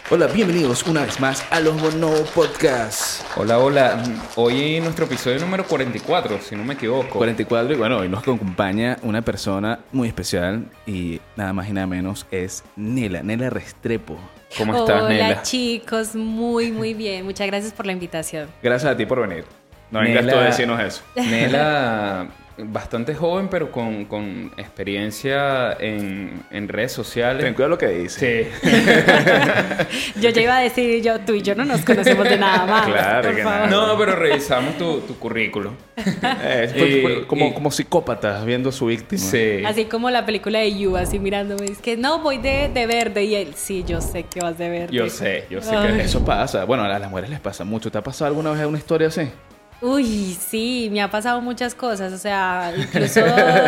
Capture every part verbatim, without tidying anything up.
Hola, bienvenidos una vez más a los Bono Podcast. Hola, hola. Hoy nuestro episodio número cuarenta y cuatro, si no me equivoco. cuarenta y cuatro, y bueno, hoy nos acompaña una persona muy especial y nada más y nada menos es Nela, Nela Restrepo. ¿Cómo estás, Hola, Nela? Hola chicos, muy muy bien. Muchas gracias por la invitación. Gracias a ti por venir. No vengas tú a decirnos eso. Nela, bastante joven, pero con, con experiencia en, en redes sociales. Ten cuidado lo que dices. Sí. Yo ya iba a decir, yo, tú y yo no nos conocemos de nada más. Claro por que favor. nada. No, pero revisamos tu, tu currículo. Eh, fue- Y- fue como, y- como psicópatas viendo a su víctima. Sí. Así como la película de You, así mirándome. Es que no, voy de, de verde. Y él, sí, yo sé que vas de verde. Yo sé, yo sé Ay. que Eso pasa. Bueno, a las mujeres les pasa mucho. ¿Te ha pasado alguna vez una historia así? Uy, sí, me ha pasado muchas cosas, o sea, incluso,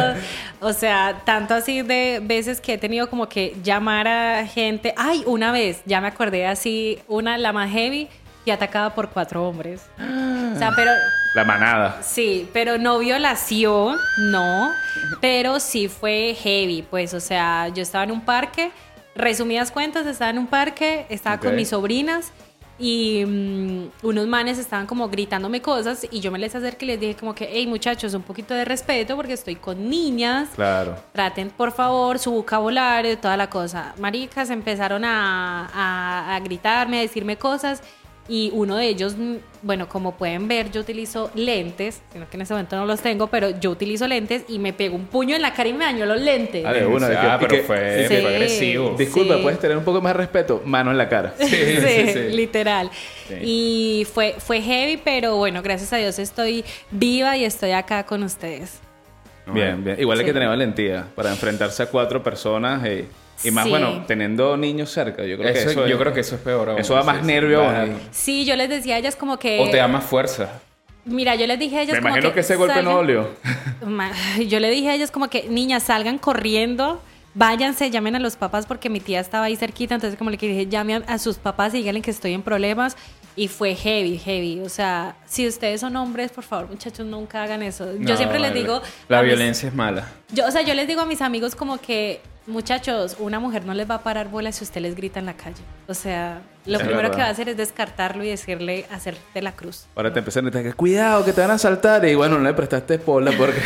o sea, tanto así de veces que he tenido como que llamar a gente. Ay, una vez, ya me acordé así, una, la más heavy, y atacada por cuatro hombres. O sea, pero, La manada. sí, pero no violación, no, pero sí fue heavy, pues, o sea, yo estaba en un parque, resumidas cuentas, estaba en un parque, estaba Ok. con mis sobrinas. Y um, unos manes estaban como gritándome cosas y yo me les acerqué y les dije como que, hey muchachos, un poquito de respeto porque estoy con niñas. Claro. Traten por favor su vocabulario y toda la cosa. Maricas empezaron a, a, a gritarme, a decirme cosas y uno de ellos, mm, bueno, como pueden ver, yo utilizo lentes, sino que en ese momento no los tengo, pero yo utilizo lentes y me pegó un puño en la cara y me dañó los lentes. Ah, de una, de que- ah, y pero que- fue, Sí. fue agresivo. Disculpa, Sí. ¿puedes tener un poco más de respeto? Mano en la cara. Sí, sí, Sí, sí. literal. Sí. Y fue, fue heavy, pero bueno, gracias a Dios estoy viva y estoy acá con ustedes. Bien, bien. Igual hay Sí. que tener valentía para enfrentarse a cuatro personas y, y más, Sí. bueno, teniendo niños cerca. Yo creo que Eso- eso yo es- creo que eso es peor aún. eso da más Sí, sí. nervio aún. Claro. Sí, yo les decía a ellas como que... O te da más fuerza. Mira, yo les dije a ellas Me como imagino que ese golpe no salgan- dolió. Ma- Yo le dije a ellas como que, niñas, salgan corriendo, váyanse, llamen a los papás porque mi tía estaba ahí cerquita, entonces como le dije, llamen a sus papás y díganle que estoy en problemas. Y fue heavy, heavy. O sea, si ustedes son hombres, por favor, muchachos, nunca hagan eso. Yo No, siempre les vale. digo... La a mis- violencia es mala. Yo, o sea, yo les digo a mis amigos como que, muchachos, una mujer no les va a parar bola si usted les grita en la calle. O sea, lo Es primero verdad. que va a hacer es descartarlo y decirle, hacerte la cruz. Ahora te empiezan a decir, cuidado, que te van a saltar. Y bueno, no le prestaste bola porque...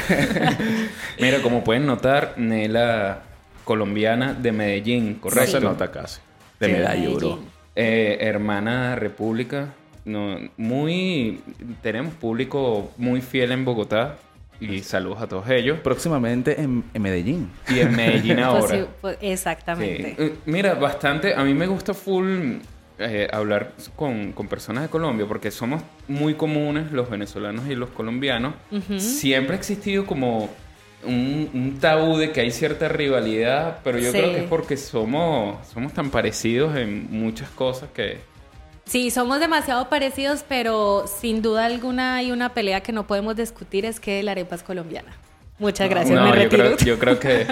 Mira, como pueden notar, Nela, colombiana de Medellín, no correcto. se nota casi. De Sí, medallo, bro. Medellín. Eh, hermana República. No, muy, tenemos público muy fiel en Bogotá. Y saludos a todos ellos. Próximamente en, en Medellín. Y en Medellín ahora. Pues sí, pues, Sí. exactamente. Eh, Mira, bastante. A mí me gusta full eh, hablar con, con personas de Colombia porque somos muy comunes los venezolanos y los colombianos. Siempre ha existido como un, un tabú de que hay cierta rivalidad, pero yo Sí. creo que es porque somos, somos tan parecidos en muchas cosas que... Sí, somos demasiado parecidos, pero sin duda alguna hay una pelea que no podemos discutir, es que la arepa es colombiana. Muchas gracias, No, me yo retiro. creo, yo creo que...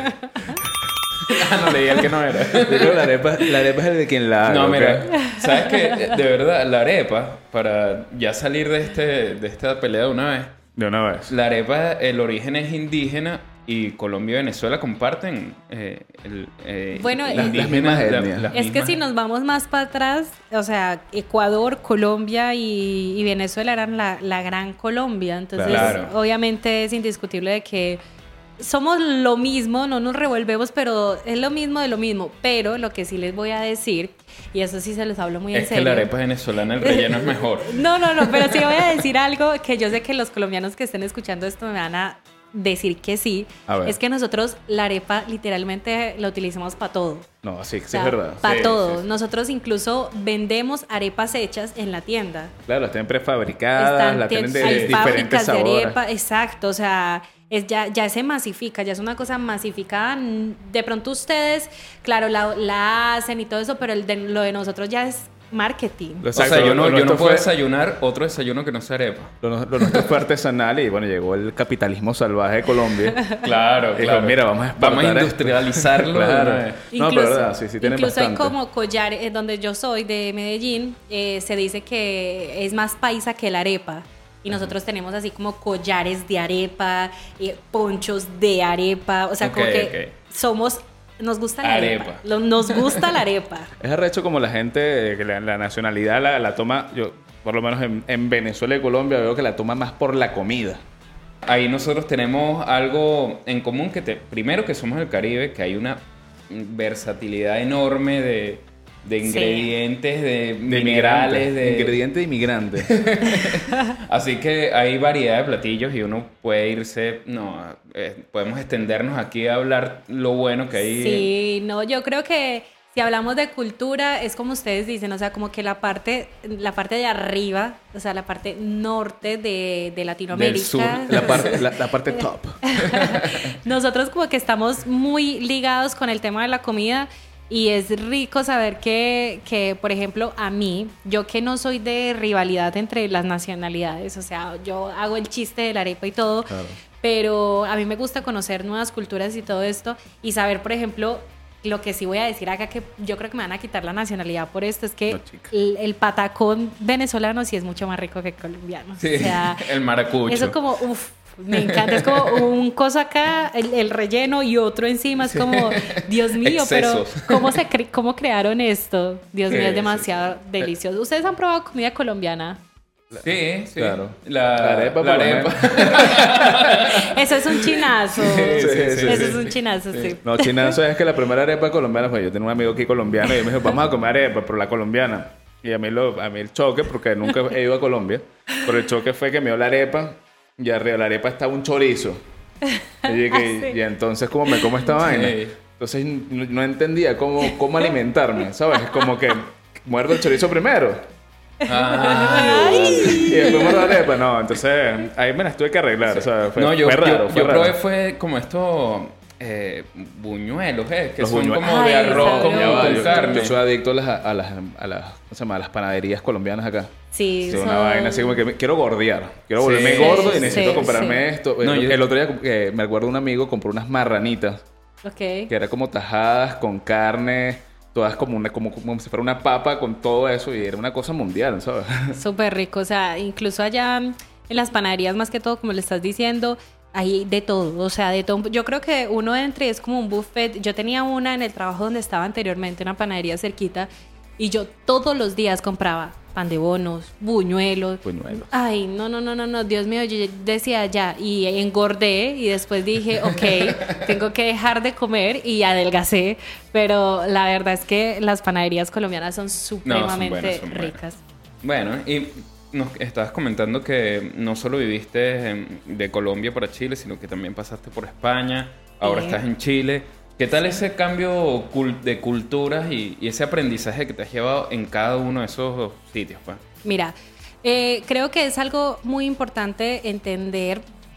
ah, no leí el que no era. Yo creo que la arepa, la arepa es el de quien la haga. No, ¿ok? mira, ¿sabes qué? De verdad, la arepa, para ya salir de, este, de esta pelea de una vez, De una vez. la arepa, el origen es indígena y Colombia y Venezuela comparten eh, el, eh, Bueno, las Las indígenas, mismas la- etnias. las Es que mismas- si nos vamos más para atrás, o sea, Ecuador, Colombia y, y Venezuela eran la, la gran Colombia. Entonces, Claro. obviamente es indiscutible de que somos lo mismo, no nos revolvemos, pero es lo mismo de lo mismo. Pero lo que sí les voy a decir, y eso sí se los hablo muy en Es que serio. la arepa venezolana, el relleno es mejor. No, no, no, pero sí voy a decir algo que yo sé que los colombianos que estén escuchando esto me van a decir que sí. A ver. Es que nosotros la arepa literalmente la utilizamos para todo. No, sí, sí es verdad. Para Sí, todo. sí, sí. Nosotros incluso vendemos arepas hechas en la tienda. Claro, las tienen prefabricadas, Están- las tienen de hay diferentes fábricas de sabores. arepa, exacto, o sea, es ya, ya se masifica, ya es una cosa masificada. De pronto ustedes, claro, la, la hacen y todo eso, pero el de, lo de nosotros ya es marketing. Lo O sea, exacto, yo no, lo yo no nuestro puedo fue- desayunar otro desayuno que no sea arepa. Lo, lo nuestro fue artesanal y bueno, llegó el capitalismo salvaje de Colombia. Claro, Dijo, mira, vamos a exportar Vamos a esto. industrializarlo. de Claro. una vez. No, pero verdad, sí, sí tienen incluso hay bastante. como collares, eh, donde yo soy, de Medellín, eh, se dice que es más paisa que la arepa. Y nosotros tenemos así como collares de arepa, eh, ponchos de arepa, o sea, Ok, como que ok. somos nos gusta la arepa. Arepa. Lo- Nos gusta la arepa. Es arrecho como la gente, que la, la nacionalidad la, la toma, yo por lo menos en, en Venezuela y Colombia veo que la toma más por la comida. Ahí nosotros tenemos algo en común que te, primero que somos del Caribe, que hay una versatilidad enorme de, de Sí. ingredientes, de, De minerales, inmigrante, de... ingrediente de inmigrante. Así que hay variedad de platillos y uno puede irse, no, eh, podemos extendernos aquí a hablar lo bueno que hay. Sí, no, yo creo que si hablamos de cultura, es como ustedes dicen, o sea, como que la parte, la parte de arriba, o sea, la parte norte de, de Latinoamérica. Del sur, La, par- la, la parte top. Nosotros como que estamos muy ligados con el tema de la comida y es rico saber que, que, por ejemplo, a mí, yo que no soy de rivalidad entre las nacionalidades, o sea, yo hago el chiste de la arepa y todo, Claro. pero a mí me gusta conocer nuevas culturas y todo esto y saber, por ejemplo, lo que sí voy a decir acá, que yo creo que me van a quitar la nacionalidad por esto, es que No, chica. el, el patacón venezolano sí es mucho más rico que el colombiano. Sí, O sea, el maracucho. eso como, uff, me encanta. Es como un coso acá, el, el relleno y otro encima. Es como, Dios mío, Excesos. pero ¿cómo, se cre- ¿cómo crearon esto? Dios mío, Sí, es demasiado sí, delicioso. ¿Ustedes han probado comida colombiana? Sí, sí. Claro. La, La arepa, la por lo arepa. Eso es un chinazo. sí, sí, Eso sí. es un chinazo, sí. No, chinazo es que la primera arepa colombiana fue, yo tenía un amigo aquí colombiano y él me dijo, vamos a comer arepa, pero la colombiana. Y a mí, lo, a mí el choque, porque nunca he ido a Colombia, pero el choque fue que me dio la arepa y arriba de la arepa estaba un chorizo. Y, yo dije, Sí. y entonces, ¿cómo me como esta vaina? Sí. Entonces no, no entendía cómo, cómo alimentarme, ¿sabes? Es como que muerdo el chorizo primero. Ah, Y después muerdo la arepa. No, entonces ahí me las tuve que arreglar. O sea, fue, no, yo, fue raro. yo, fue yo raro. probé fue como estos eh, buñuelos, ¿eh? Que Los son buñuelos. como de Ay, arroz con, Ya va, con yo, carne. yo soy adicto a las, a las, a las, ¿cómo se llama? A las panaderías colombianas acá. Sí, Sí, son- una vaina así como que me- quiero gordear. Quiero Sí. volverme Sí, gordo y sí, necesito sí. comprarme esto. No, el, yo- el otro día eh, me acuerdo un amigo compró unas marranitas Ok. que era como tajadas con carne, todas como, una, como, como si fuera una papa con todo eso y era una cosa mundial, ¿sabes? Súper rico, o sea, incluso allá en las panaderías, más que todo, como le estás diciendo, hay de todo, o sea, de todo. Yo creo que uno entra y es como un buffet. Yo tenía una en el trabajo donde estaba anteriormente, una panadería cerquita, y yo todos los días compraba pan de bonos, buñuelos. Buñuelos. Ay, no, no, no, no, no, Dios mío, yo decía ya, y engordé, y después dije, ok, tengo que dejar de comer, y adelgacé, pero la verdad es que las panaderías colombianas son supremamente buenas, son buenas. ricas. Bueno, y nos estabas comentando que no solo viviste en- de Colombia para Chile, sino que también pasaste por España, ahora Sí. estás en Chile. ¿Qué tal ese cambio cul- de culturas y, y ese aprendizaje que te has llevado en cada uno de esos sitios, pues? Mira, eh, creo que es algo muy importante entender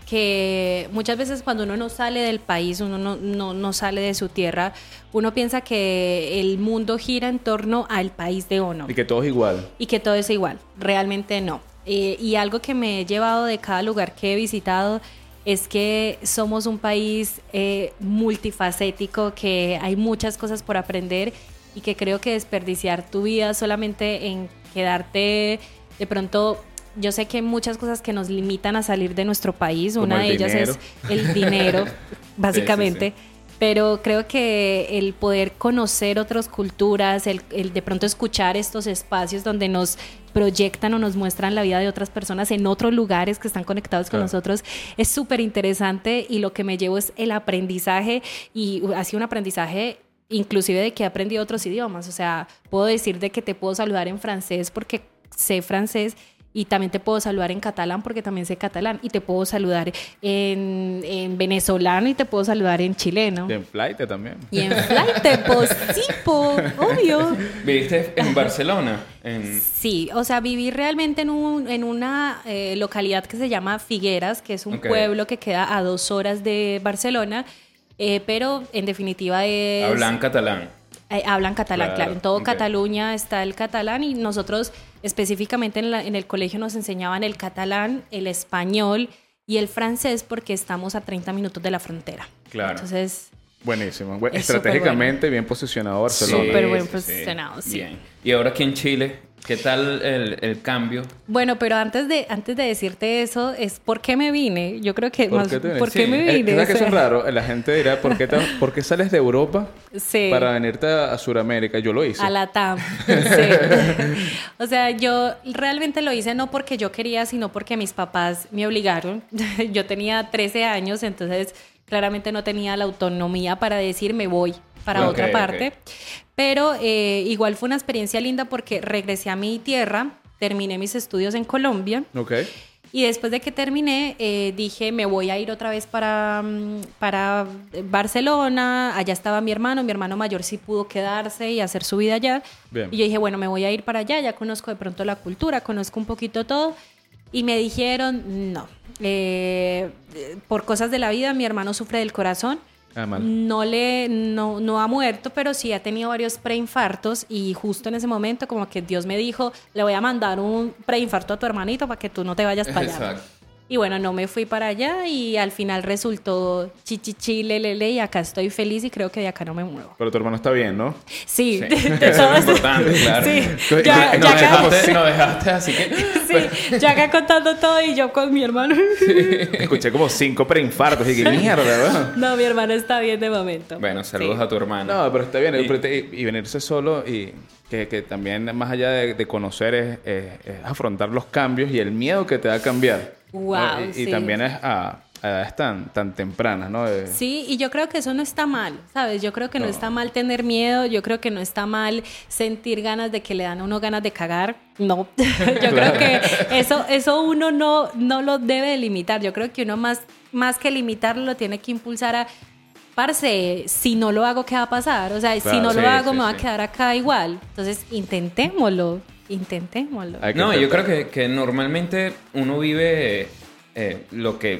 que muchas veces cuando uno no sale del país, uno no, no, no sale de su tierra, uno piensa que el mundo gira en torno al país de uno Y que todo es igual. y que todo es igual. Realmente no. Eh, y algo que me he llevado de cada lugar que he visitado es que somos un país eh, multifacético, que hay muchas cosas por aprender y que creo que desperdiciar tu vida solamente en quedarte de pronto. Yo sé que hay muchas cosas que nos limitan a salir de nuestro país. Como Una el de ellas dinero. es el dinero, básicamente. Sí, sí, Pero creo que el poder conocer otras culturas, el, el de pronto escuchar estos espacios donde nos proyectan o nos muestran la vida de otras personas en otros lugares que están conectados con Claro. nosotros, es súper interesante, y lo que me llevo es el aprendizaje, y ha sido un aprendizaje inclusive de que he aprendido otros idiomas. O sea, puedo decir de que te puedo saludar en francés porque sé francés, y también te puedo saludar en catalán porque también sé catalán, y te puedo saludar en, en venezolano y te puedo saludar en chileno. Y en flight también. Y en flight, pues sí, po, obvio. ¿Viviste en Barcelona? En... Sí, o sea, viví realmente en, un, en una eh, localidad que se llama Figueras, que es un Ok. pueblo que queda a dos horas de Barcelona, eh, pero en definitiva es... Hablan catalán. Eh, hablan catalán, Claro, claro. En todo ok. Cataluña está el catalán, y nosotros específicamente en, la- en el colegio nos enseñaban el catalán, el español y el francés porque estamos a treinta minutos de la frontera. Claro. Entonces, Buenísimo. Bu- Es Estratégicamente bien posicionado Barcelona. Súper buen sí, posicionado, sí. Bien. Y ahora aquí en Chile, ¿Qué tal el, el cambio? Bueno, pero antes de, antes de decirte eso, es ¿por qué me vine? Yo creo que ¿Por más, qué te vienes? ¿por qué Sí. me Es, vine? ¿verdad que O eso sea, es raro? La gente dirá, ¿por qué, te- por qué sales de Europa Sí. para venirte a, a Sudamérica? Yo lo hice. A la T A M. Sí. O sea, yo realmente lo hice no porque yo quería, sino porque mis papás me obligaron. Yo tenía trece años, entonces claramente no tenía la autonomía para decir me voy para Ok, otra ok. parte. Pero eh, igual fue una experiencia linda porque regresé a mi tierra, terminé mis estudios en Colombia. Ok. Y después de que terminé, eh, dije, me voy a ir otra vez para, mm, para Barcelona. Allá estaba mi hermano. Mi hermano mayor sí pudo quedarse y hacer su vida allá. Bien. Y yo dije, bueno, me voy a ir para allá. Ya conozco de pronto la cultura, conozco un poquito todo. Y me dijeron, no. Eh, por cosas de la vida, mi hermano sufre del corazón. Ah, mal. No le no, no ha muerto, pero sí ha tenido varios preinfartos y justo en ese momento como que Dios me dijo, le voy a mandar un preinfarto a tu hermanito para que tú no te vayas para allá. Exacto. Y bueno, no me fui para allá y al final resultó chichichi, lelele, y acá estoy feliz y creo que de acá no me muevo. Pero tu hermano está bien, ¿no? Sí, Sí. de, de Eso es todo lo esto- importante, claro. Sí, No, ya, no, ya acá, dejaste, no dejaste, así que... sí, ya acá contando todo y yo con mi hermano. Escuché como cinco preinfartos y que mierda, ¿verdad? No, mi hermano está bien de momento. Bueno, saludos Sí. a tu hermano. No, pero está bien. Y- pero te- Y, y venirse solo y que, que también más allá de, de conocer es, es- es afrontar los cambios y el miedo que te da a cambiar. ¿no? Guau, Y, y sí. también es a, a edades tan, tan tempranas, ¿no? De- Sí, y yo creo que eso no está mal, ¿sabes? Yo creo que no, No. está mal tener miedo, yo creo que no está mal sentir ganas de que le dan a uno ganas de cagar. No, yo creo que eso, eso uno no, no lo debe limitar. Yo creo que uno más, más que limitarlo lo tiene que impulsar a, parce, si no lo hago, ¿qué va a pasar? O sea, si Claro, no sí, lo hago, sí, me va sí. a quedar acá igual. Entonces, intentémoslo, intentémoslo. Hay que No, yo intentar. creo que, que normalmente uno vive eh, lo que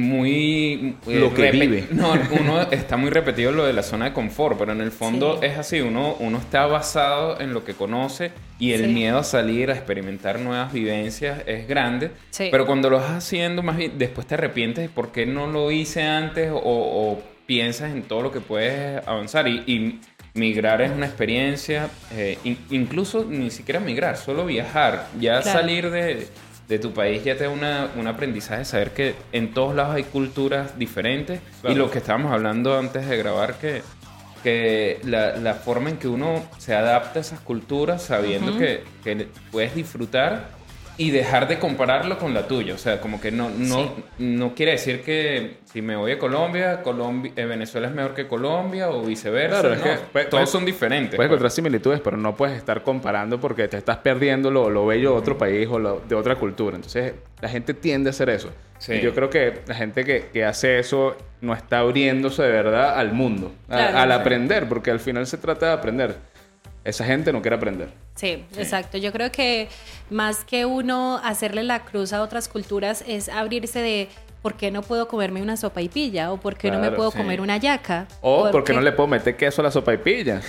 muy... eh, Lo que repe- vive. No, uno está muy repetido lo de la zona de confort, pero en el fondo Sí. es así, uno, uno está basado en lo que conoce y el Sí. miedo a salir, a experimentar nuevas vivencias es grande, Sí. pero cuando lo vas haciendo, más bien después te arrepientes de por qué no lo hice antes o, o piensas en todo lo que puedes avanzar y... y migrar es una experiencia, eh, in- incluso ni siquiera migrar, solo viajar, ya Claro. salir de, de tu país ya te da una, un aprendizaje, saber que en todos lados hay culturas diferentes Claro. y lo que estábamos hablando antes de grabar, que, que la, la forma en que uno se adapta a esas culturas sabiendo que, que puedes disfrutar y dejar de compararlo con la tuya. O sea, como que no, no, Sí. no quiere decir que si me voy a Colombia, Colombia eh, Venezuela es mejor que Colombia o viceversa. Claro, es no. que puede- todos puede- son diferentes. Puedes pues. encontrar similitudes, pero no puedes estar comparando porque te estás perdiendo lo, lo bello de otro país o lo- de otra cultura. Entonces, la gente tiende a hacer eso. Sí. Y yo creo que la gente que, que hace eso no está abriéndose de verdad al mundo, a- Claro. al Sí. aprender, porque al final se trata de aprender. Esa gente no quiere aprender. Sí, exacto. Yo creo que más que uno hacerle la cruz a otras culturas es abrirse de ¿por qué no puedo comerme una sopaipilla? O ¿por qué no me Claro, puedo sí. comer una yaca? O ¿Por porque qué- no le puedo meter queso a la sopaipilla.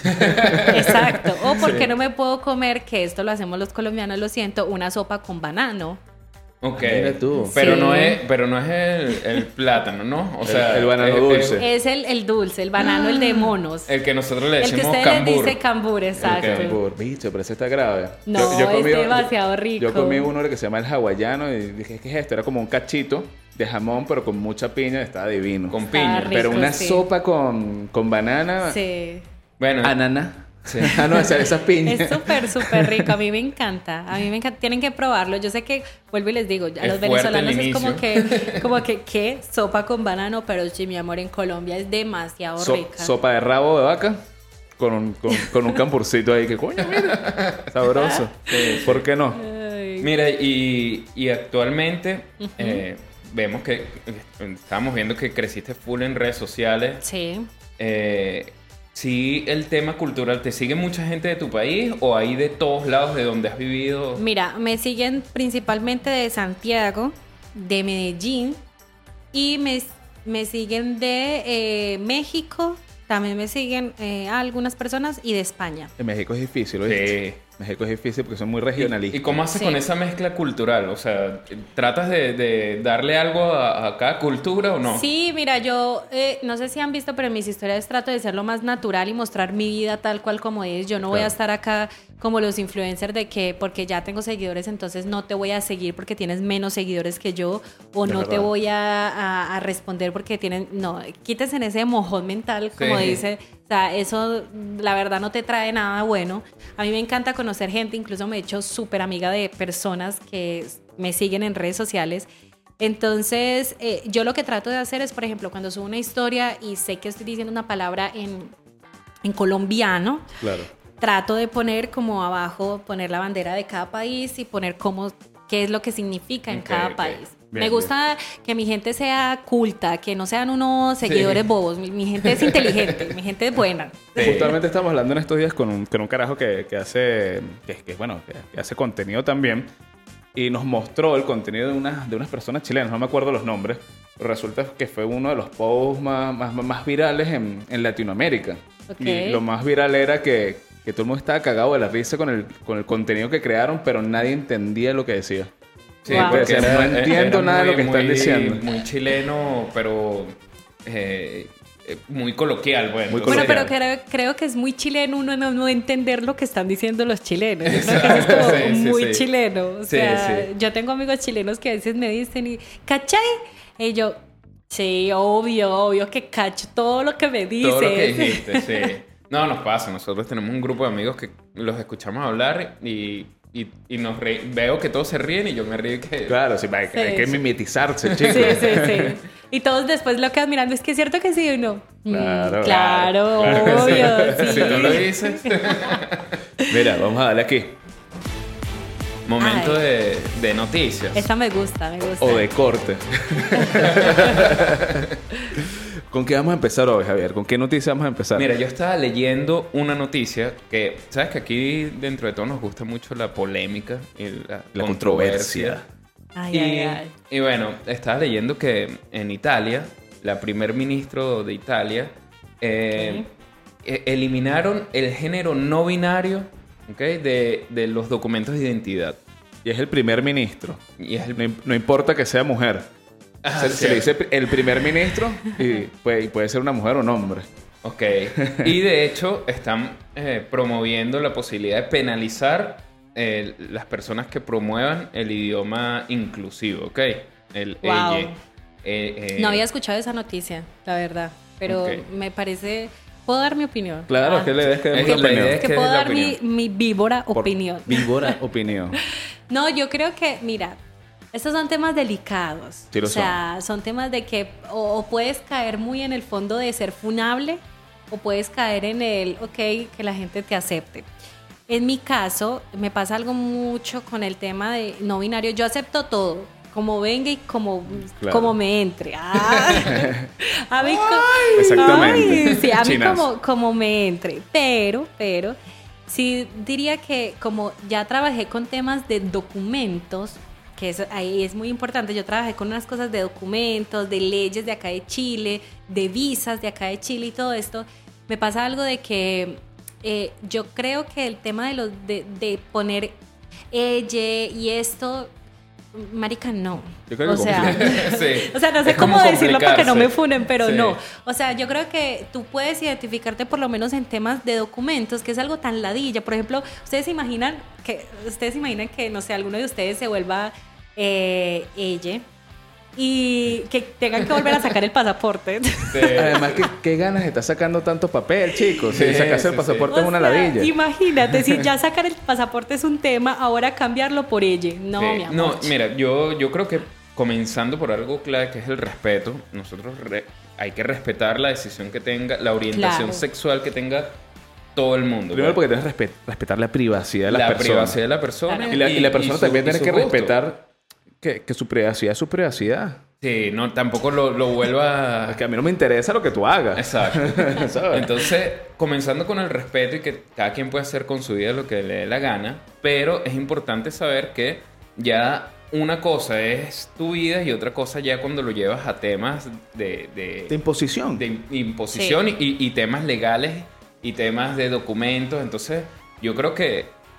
Exacto. O ¿por qué no me puedo comer, que esto lo hacemos los colombianos, lo siento, una sopa con banano? Ok. Mira tú. Pero, Sí. no es, pero no es el, el plátano, ¿no? O El- sea, el banano es- es dulce. Es el, el dulce, el banano, el de monos. El que nosotros le El que decimos ustedes cambur. les dice cambur, exacto. Ok. Cambur, bicho, pero ese está grave. No, es demasiado rico. Yo comí uno que se llama el hawaiano y dije, ¿qué es esto? Era como un cachito de jamón, pero con mucha piña, estaba divino. Con Está piña. rico. pero una sí. sopa con, con banana, Sí. Bueno, anana. Ah, no, esa- esas piñas. Es súper, súper rico. A mí me encanta. A mí me encanta. Tienen que probarlo. Yo sé que, vuelvo y les digo, a Es los fuerte venezolanos el es como inicio. que, como que, ¿qué? Sopa con banano, pero sí, mi amor, en Colombia es demasiado So- rica. sopa de rabo de vaca con un, con, con un campurcito ahí que, coño, mira, sabroso. ¿Por qué no? Ay. mira, y, y actualmente eh, vemos que eh, estamos viendo que creciste full en redes sociales. Sí. Eh, sí, el tema cultural, ¿te sigue mucha gente de tu país o hay de todos lados de donde has vivido? Mira, me siguen principalmente de Santiago, de Medellín y me, me siguen de eh, México. También me siguen eh, algunas personas y de España. En México es difícil, ¿oíste? Sí. México es difícil porque son muy ¿Y, regionalistas. y cómo haces Sí. con esa mezcla cultural? O sea, ¿tratas de, de darle algo a, a cada cultura o no? Sí, mira, yo eh, no sé si han visto, pero en mis historias trato de ser lo más natural y mostrar mi vida tal cual como es. Yo no voy a Claro. estar acá como los influencers de que porque ya tengo seguidores, entonces no te voy a seguir porque tienes menos seguidores que yo, o Es no te verdad. voy a, a- a responder porque tienen... No, quítese en ese mojón mental, como Sí. dice. O sea, eso la verdad no te trae nada bueno. A mí me encanta conocer gente, incluso me he hecho súper amiga de personas que me siguen en redes sociales. Entonces, eh, yo lo que trato de hacer es, por ejemplo, cuando subo una historia y sé que estoy diciendo una palabra en, en colombiano, Claro. trato de poner como abajo, poner la bandera de cada país y poner cómo, qué es lo que significa en Ok, cada ok. país. Bien, Me gusta que mi gente sea culta, que no sean unos seguidores Sí. bobos. Mi, mi gente es inteligente, mi gente es buena. Sí. Justamente estamos hablando en estos días con un, con un carajo que, que hace, que, que, bueno, que, que hace contenido también y nos mostró el contenido de unas, de unas personas chilenas, no me acuerdo los nombres, pero resulta que fue uno de los posts más, más, más virales en, en Latinoamérica. Ok. Y lo más viral era que, que todo el mundo estaba cagado de la risa con el, con el contenido que crearon, pero nadie entendía lo que decía. Sí, Wow. porque O sea, era- no entiendo era nada de lo muy- que están muy- diciendo. Muy chileno, pero eh, eh, muy coloquial, bueno. Muy Bueno, coloquial. pero creo, creo que es muy chileno uno no, no entender lo que están diciendo los chilenos. Yo creo que eso es como Sí, sí, muy sí. chileno. O Sí, sea, sí. yo tengo amigos chilenos que a veces me dicen, y, ¿cachai? Y yo, sí, obvio, obvio que cacho todo lo que me dices. Todo lo que dijiste, sí. No, nos pasa. Nosotros tenemos un grupo de amigos que los escuchamos hablar y, y, y nos re- veo que todos se ríen y yo me río que... Claro, sí, hay, Sí, hay que sí. mimetizarse, chicos. Sí, sí, sí. Y todos después lo quedan mirando, es que es cierto que sí o no. Mm, Claro, claro, claro que sí. obvio, sí. Si tú lo dices. Mira, vamos a darle aquí. Momento Ay. de, de noticias. Esta me gusta, me gusta. O de corte. ¿Con qué vamos a empezar hoy, Javier? ¿Con qué noticia vamos a empezar? Mira, yo estaba leyendo una noticia que, ¿sabes que aquí dentro de todo nos gusta mucho la polémica y la, La controversia. Ay, Y, ay, ay. y bueno, estaba leyendo que en Italia, la primer ministro de Italia, eh, e- eliminaron el género no binario, ¿ok? de, de los documentos de identidad. Y es el primer ministro. Y es el No, im- no importa que sea mujer. Ah, se, se le dice cierto. el primer ministro y puede, y puede ser una mujer o un hombre. Ok. Y de hecho están eh, promoviendo la posibilidad de penalizar eh, las personas que promuevan el idioma inclusivo, ¿ok? El Wow. ella. Eh, eh, No había escuchado esa noticia, la verdad. Pero Ok. me parece. ¿Puedo dar mi opinión? Claro, Ah. que le des que demos Es la que la opinión. idea Es que ¿Qué puedo es la dar mi, opinión? mi víbora Por opinión. Víbora opinión. No, yo creo que, mira, estos son temas delicados. Sí lo o sea, son. temas de que o, o puedes caer muy en el fondo de ser funable o puedes caer en el, ok, que la gente te acepte. En mi caso, me pasa algo mucho con el tema de no binario. Yo acepto todo, como venga y como, Claro. como me entre. Ah, a mí, co- Exactamente. Ay, sí, a mí Chinas. como, como me entre. Pero, pero, sí diría que como ya trabajé con temas de documentos, que eso ahí es muy importante, yo trabajé con unas cosas de documentos, de leyes de acá de Chile, de visas de acá de Chile y todo esto, me pasa algo de que eh, yo creo que el tema de, los, de, de poner ella y esto, marica, no. Yo creo que o sea, Sí. o sea, no sé Es como cómo decirlo para que no me complicarse. funen, pero Sí. no. O sea, yo creo que tú puedes identificarte por lo menos en temas de documentos, que es algo tan ladilla. Por ejemplo, ustedes se imaginan que, ustedes se imaginan que, no sé, alguno de ustedes se vuelva eh, ella y que tengan que volver a sacar el pasaporte. Sí. Además, ¿qué, qué ganas está sacando tanto papel, chicos? Si Sí, sacarse el sí, pasaporte O es una sea, ladilla. Imagínate, si ya sacar el pasaporte es un tema, ahora cambiarlo por ella. No, Sí. mi amor. No, mira, yo, yo creo que comenzando por algo clave que es el respeto, nosotros re- hay que respetar la decisión que tenga, la orientación Claro. sexual que tenga todo el mundo. Primero pues. porque tienes que respe- respetar la privacidad de las la personas. privacidad de la persona. Claro. Y la, y la persona su- también y tiene su que gusto. respetar que, que su privacidad es su privacidad. Sí, no, tampoco lo, lo vuelva... Es que a mí no me interesa lo que tú hagas. Exacto. ¿Sabes? Entonces, comenzando con el respeto y que cada quien puede hacer con su vida lo que le dé la gana, pero es importante saber que ya una cosa es tu vida y otra cosa ya cuando lo llevas a temas de, de, de imposición. de imposición Sí. y, y temas legales y temas de documentos. Entonces, yo creo que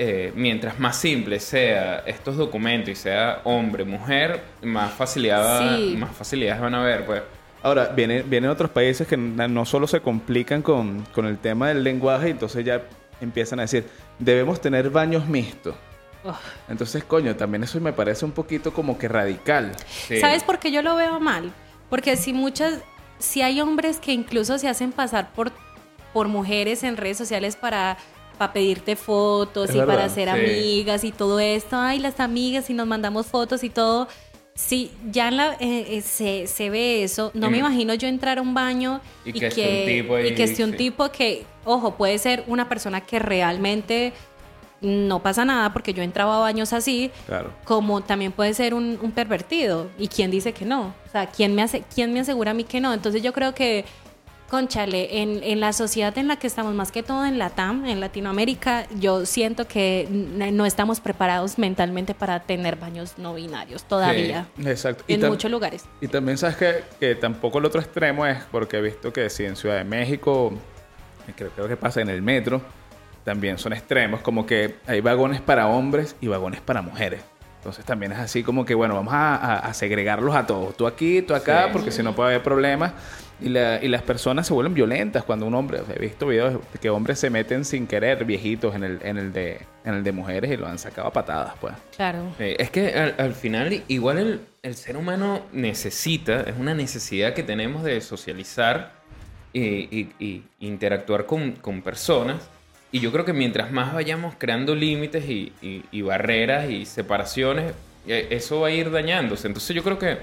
eh, mientras más simple sea estos documentos y sea hombre, mujer, más facilidad, Sí. más facilidades van a haber, pues. Ahora, viene, vienen otros países que na- no solo se complican con, con el tema del lenguaje, entonces ya empiezan a decir, debemos tener baños mixtos. Ugh. Entonces, coño, también eso me parece un poquito como que radical. Sí. ¿Sabes por qué yo lo veo mal? Porque si muchas, si hay hombres que incluso se hacen pasar por, por mujeres en redes sociales para, para pedirte fotos Es y verdad, para ser sí. amigas y todo esto, ay, las amigas y nos mandamos fotos y todo. Si ya en la, eh, eh, se, se ve eso, no Y me me- imagino yo entrar a un baño Y y, que que, esté un tipo ahí, y que esté un sí. tipo que, ojo, puede ser una persona que realmente no pasa nada porque yo he entrado a baños así, Claro. como también puede ser un, un pervertido. ¿Y quién dice que no? O sea, ¿quién me, hace, ¿quién me asegura a mí que no? Entonces yo creo que, cónchale, en, en la sociedad en la que estamos, más que todo en Latam, en Latinoamérica, yo siento que n- no estamos preparados mentalmente para tener baños no binarios todavía. Exacto. En tam- muchos lugares. Y también sabes que, que tampoco el otro extremo es, porque he visto que sí, en Ciudad de México, creo, creo que pasa en el metro, también son extremos, como que hay vagones para hombres y vagones para mujeres. Entonces también es así como que, bueno, vamos a, a- a segregarlos a todos. Tú aquí, tú acá, Sí. porque si no puede haber problemas. Y, la- y las personas se vuelven violentas cuando un hombre... O sea, he visto videos de que hombres se meten sin querer, viejitos, en el, en el, de, en el de mujeres y lo han sacado a patadas, pues. Claro. Sí, es que al, al final igual el, el ser humano necesita, es una necesidad que tenemos de socializar y, y- y interactuar con, con personas. Y yo creo que mientras más vayamos creando límites y, y- y barreras y separaciones, eh, eso va a ir dañándose. Entonces yo creo que,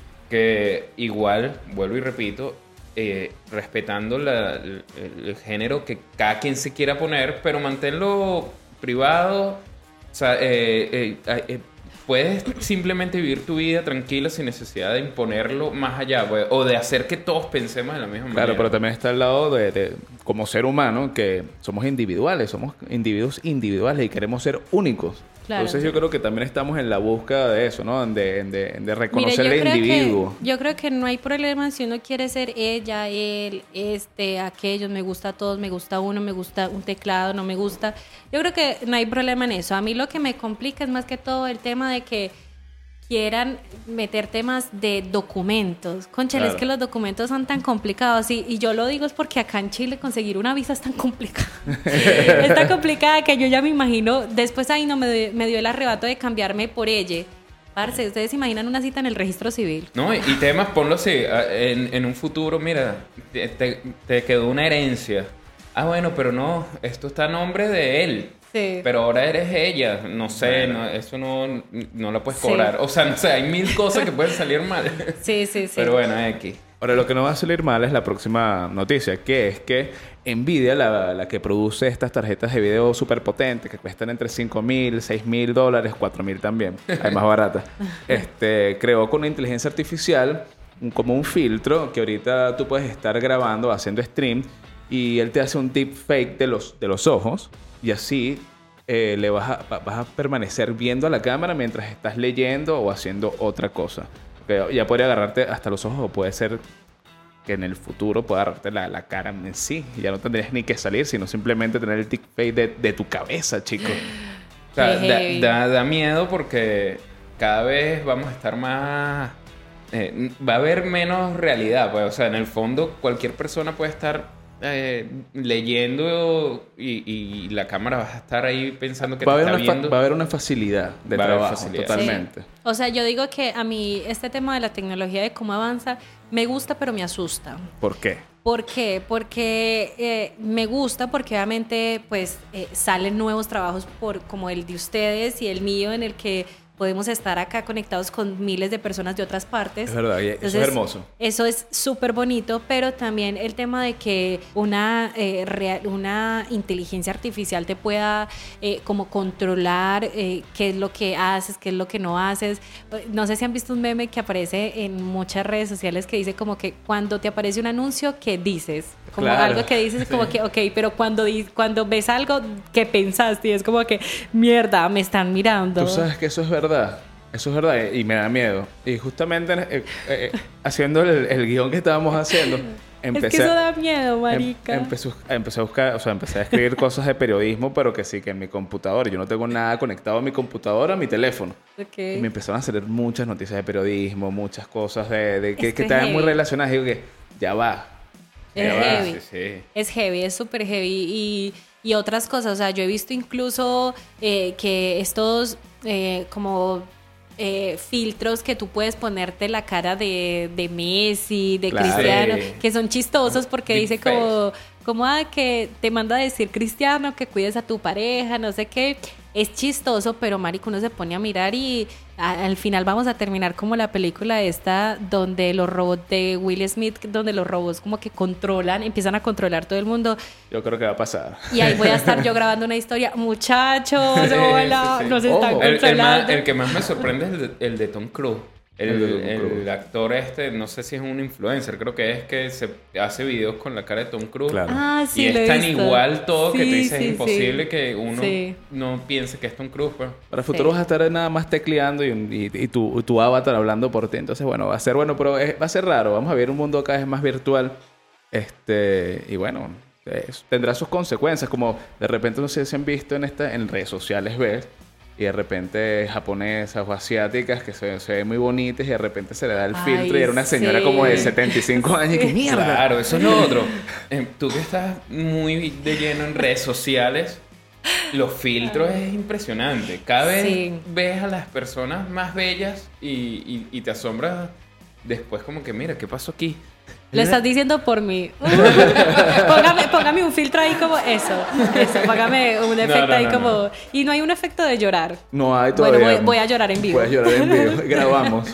que igual, vuelvo y repito, eh, respetando la- el, el género que cada quien se quiera poner, pero manténlo privado. O sea, eh, eh, eh, eh, puedes simplemente vivir tu vida tranquila sin necesidad de imponerlo más allá, pues, o de hacer que todos pensemos de la misma manera. Claro, pero también está el lado de, de- como ser humano, que somos individuales, somos individuos individuales y queremos ser únicos. Claro. Entonces yo creo que también estamos en la búsqueda de eso, ¿no? De, de, de reconocer Mire, el yo creo individuo. Que, yo creo que no hay problema si uno quiere ser ella, él, este, aquellos, me gusta a todos, me gusta uno, me gusta un teclado, no me gusta. Yo creo que no hay problema en eso. A mí lo que me complica es más que todo el tema de que quieran meter temas de documentos. Conchale, Claro. es que los documentos son tan complicados y, y yo lo digo es porque acá en Chile conseguir una visa es tan complicada. Es tan complicada que yo ya me imagino, después ahí no me, dio- me dio el arrebato de cambiarme por ella. Parce, ¿ustedes se imaginan una cita en el registro civil? No, y, y temas, ponlo así, a- en, en un futuro, mira, te, te- te quedó una herencia. Ah, bueno, pero no, esto está a nombre de él. Sí. Pero ahora eres ella, no sé, no, eso no, no la puedes Sí. cobrar. O sea, no sé, hay mil cosas que pueden salir mal. Sí, sí, sí. Pero bueno, X. Ahora, lo que no va a salir mal es la próxima noticia, que es que Nvidia, la, la que produce estas tarjetas de video súper potentes, que cuestan entre cinco mil, seis mil dólares, cuatro mil también, hay más baratas, este, creó con una inteligencia artificial un- como un filtro que ahorita tú puedes estar grabando, haciendo stream, y él te hace un deepfake de los, de los ojos, y así eh, le vas a, va- vas a permanecer viendo a la cámara mientras estás leyendo o haciendo otra cosa. Que ya podría agarrarte hasta los ojos o puede ser que en el futuro pueda agarrarte la, la cara en sí. Ya no tendrías ni que salir, sino simplemente tener el deepfake de, de tu cabeza, chico. O sea, Qué da, heavy. da- da miedo porque cada vez vamos a estar más... eh, va a haber menos realidad, pues. O sea, en el fondo cualquier persona puede estar eh, leyendo y, y la cámara va a estar ahí pensando que Va a, te haber está una fa- viendo. va a haber una facilidad de Va a haber trabajo, facilidad. totalmente. Sí. O sea, yo digo que a mí este tema de la tecnología, de cómo avanza, me gusta, pero me asusta. ¿Por qué? ¿Por qué? Porque eh, me gusta, porque obviamente pues eh, salen nuevos trabajos por, como el de ustedes y el mío, en el que podemos estar acá conectados con miles de personas de otras partes. Es verdad, y eso Entonces, es hermoso. Eso es súper bonito, pero también el tema de que una, eh, real- una inteligencia artificial te pueda eh, como controlar eh, qué es lo que haces, qué es lo que no haces. No sé si han visto un meme que aparece en muchas redes sociales que dice como que cuando te aparece un anuncio, ¿qué dices? Como Claro. algo que dices como que, ok, pero cuando, di- cuando ves algo que pensaste y es como que, mierda, me están mirando. Tú sabes que eso es verdad. Eso es verdad y me da miedo. Y justamente eh, eh, haciendo el, el guión que estábamos haciendo, empecé, es que eso da miedo, em- marica. empecé, empecé a buscar, o sea, empecé a escribir cosas de periodismo, pero que sí, que en mi computadora. Yo no tengo nada conectado a mi computadora, a mi teléfono. Okay. Y me empezaron a salir muchas noticias de periodismo, muchas cosas de, de que, Es que que estaban muy heavy. relacionadas. Y digo que ya va. Es Ya va. heavy. Sí, sí. Es heavy, es súper heavy. Y, y otras cosas, o sea, yo he visto incluso eh, que estos eh, como eh, filtros que tú puedes ponerte la cara de, de Messi, de Claro. Cristiano, Sí. que son chistosos porque Big dice face. como, como ah, que te manda a decir Cristiano, que cuides a tu pareja, no sé qué. Es chistoso, pero marico, uno se pone a mirar y a- al final vamos a terminar como la película esta donde los robots de Will Smith, donde los robots como que controlan, empiezan a controlar todo el mundo. Yo creo que va a pasar. Y ahí voy a estar yo grabando una historia. Muchachos, Sí, hola, sí, sí. nos están Ojo. El, el, más- controlando. el que más me sorprende es el de, el de Tom Cruise. El, El de Tom el Cruise. actor este, no sé si es un influencer, creo que es que se hace videos con la cara de Tom Cruise. Claro. Ah, sí, y lo he es tan visto. igual todo que Sí, te dices sí, es imposible sí. que uno Sí. no piense que es Tom Cruise. Pues. Para el futuro Sí. vas a estar nada más tecleando y, y, y tu, tu avatar hablando por ti. Entonces, bueno, va a ser bueno, pero es- va a ser raro. Vamos a ver un mundo cada vez más virtual. Este, y bueno, es- tendrá sus consecuencias. Como de repente, no sé si han visto en, esta, en redes sociales, ves, y de repente japonesas o asiáticas que se, se ven muy bonitas y de repente se le da el Ay, filtro y era una señora sí. como de setenta y cinco años y que mierda. Claro, eso es lo otro. Eh, tú que estás muy de lleno en redes sociales, los filtros es impresionante. Cada vez Sí. ves a las personas más bellas y, y- y te asombras después como que, mira, ¿qué pasó aquí? Lo estás diciendo por mí. póngame, póngame un filtro ahí como eso. Eso, póngame un efecto no, ahí no, como... no. Y no hay un efecto de llorar. No hay Bueno, todavía. voy- voy a llorar en vivo. Puedes llorar en vivo. Grabamos.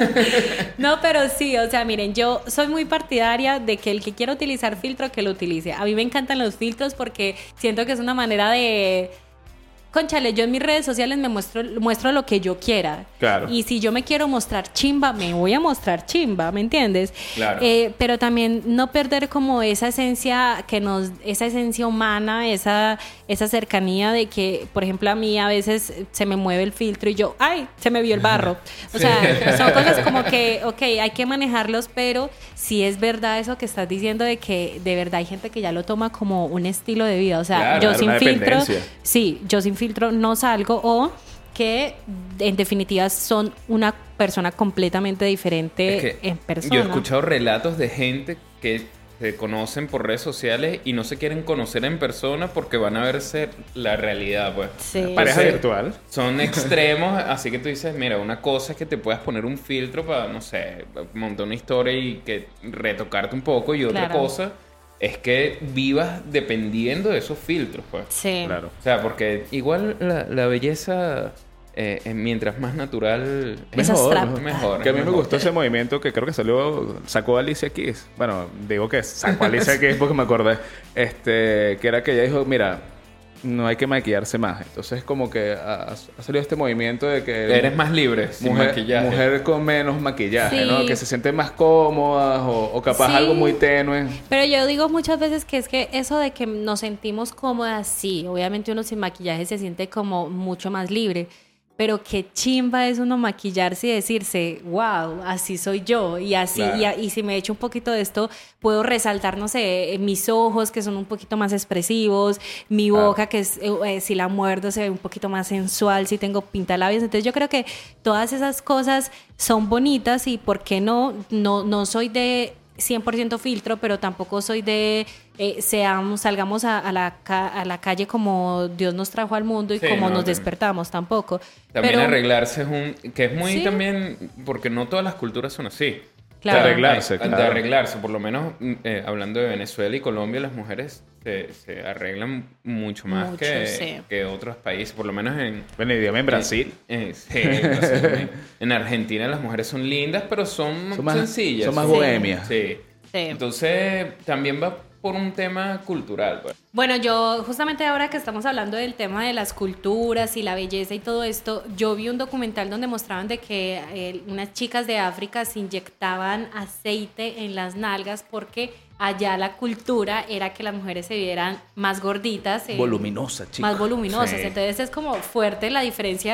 No, pero sí, o sea, miren, yo soy muy partidaria de que el que quiera utilizar filtro, que lo utilice. A mí me encantan los filtros porque siento que es una manera de... Cónchale, yo en mis redes sociales me muestro, muestro lo que yo quiera. Claro. Y si yo me quiero mostrar chimba, me voy a mostrar chimba, ¿me entiendes? Claro. Eh, pero también no perder como esa esencia que nos, esa esencia humana, esa, esa cercanía de que, por ejemplo, a mí a veces se me mueve el filtro y yo, ¡ay! Se me vio el barro. O sea, son cosas como que, ok, hay que manejarlos, pero sí es verdad eso que estás diciendo de que de verdad hay gente que ya lo toma como un estilo de vida. O sea, Claro, yo claro, sin una filtro, dependencia. sí, yo sin filtro no salgo o que en definitiva son una persona completamente diferente Es que en persona. yo he escuchado relatos de gente que se conocen por redes sociales y no se quieren conocer en persona porque van a verse la realidad, pues. Sí. Pareja Entonces, virtual. Son extremos, así que tú dices, mira, una cosa es que te puedas poner un filtro para, no sé, montar una historia y que retocarte un poco y otra Claro. cosa es que vivas dependiendo de esos filtros, pues. Sí. Claro. O sea, porque igual la, la belleza, eh, eh, mientras más natural, Es Mejor, abstracta. mejor. Que a mí me mejor. gustó ese movimiento que creo que salió, sacó Alicia Keys. Bueno, digo que sacó Alicia Keys porque me acordé. Este, que era que ella dijo, mira, no hay que maquillarse más. Entonces como que ha, ha salido este movimiento de que Eres más libre, sin mujer, maquillaje. mujer con menos maquillaje, Sí. ¿no? Que se sienten más cómodas o, o capaz Sí. algo muy tenue. Pero yo digo muchas veces que es que eso de que nos sentimos cómodas, sí, obviamente uno sin maquillaje se siente como mucho más libre, pero qué chimba es uno maquillarse y decirse, wow, así soy yo, y así, Claro. y, a- y si me echo un poquito de esto, puedo resaltar, no sé, mis ojos que son un poquito más expresivos, mi Claro. boca que es, eh, eh, si la muerdo se ve un poquito más sensual, si tengo pintalabios, entonces yo creo que todas esas cosas son bonitas y por qué no, no, no soy de cien por ciento filtro, pero tampoco soy de eh, seamos, salgamos a, a la ca- a la calle como Dios nos trajo al mundo y Sí, como no, nos también. despertamos, tampoco. También Pero, arreglarse es un... Que es muy Sí. también... Porque no todas las culturas son así. claro. De arreglarse, De claro. arreglarse. Por lo menos, mm, eh, hablando de Venezuela y Colombia, las mujeres se, se arreglan mucho más Mucho, que, sí. que otros países. Por lo menos en... Bueno, y dígame en Brasil. Eh, sí, en Brasil también. En Argentina las mujeres son lindas, pero son, Son más- sencillas. son más Sí. bohemias. Sí. Sí. Entonces, también va por un tema cultural, pues. Bueno, yo justamente ahora que estamos hablando del tema de las culturas y la belleza y todo esto, yo vi un documental donde mostraban de que eh, unas chicas de África se inyectaban aceite en las nalgas porque allá la cultura era que las mujeres se vieran más gorditas, eh, Voluminosa, chico. más voluminosas. Sí. Entonces es como fuerte la diferencia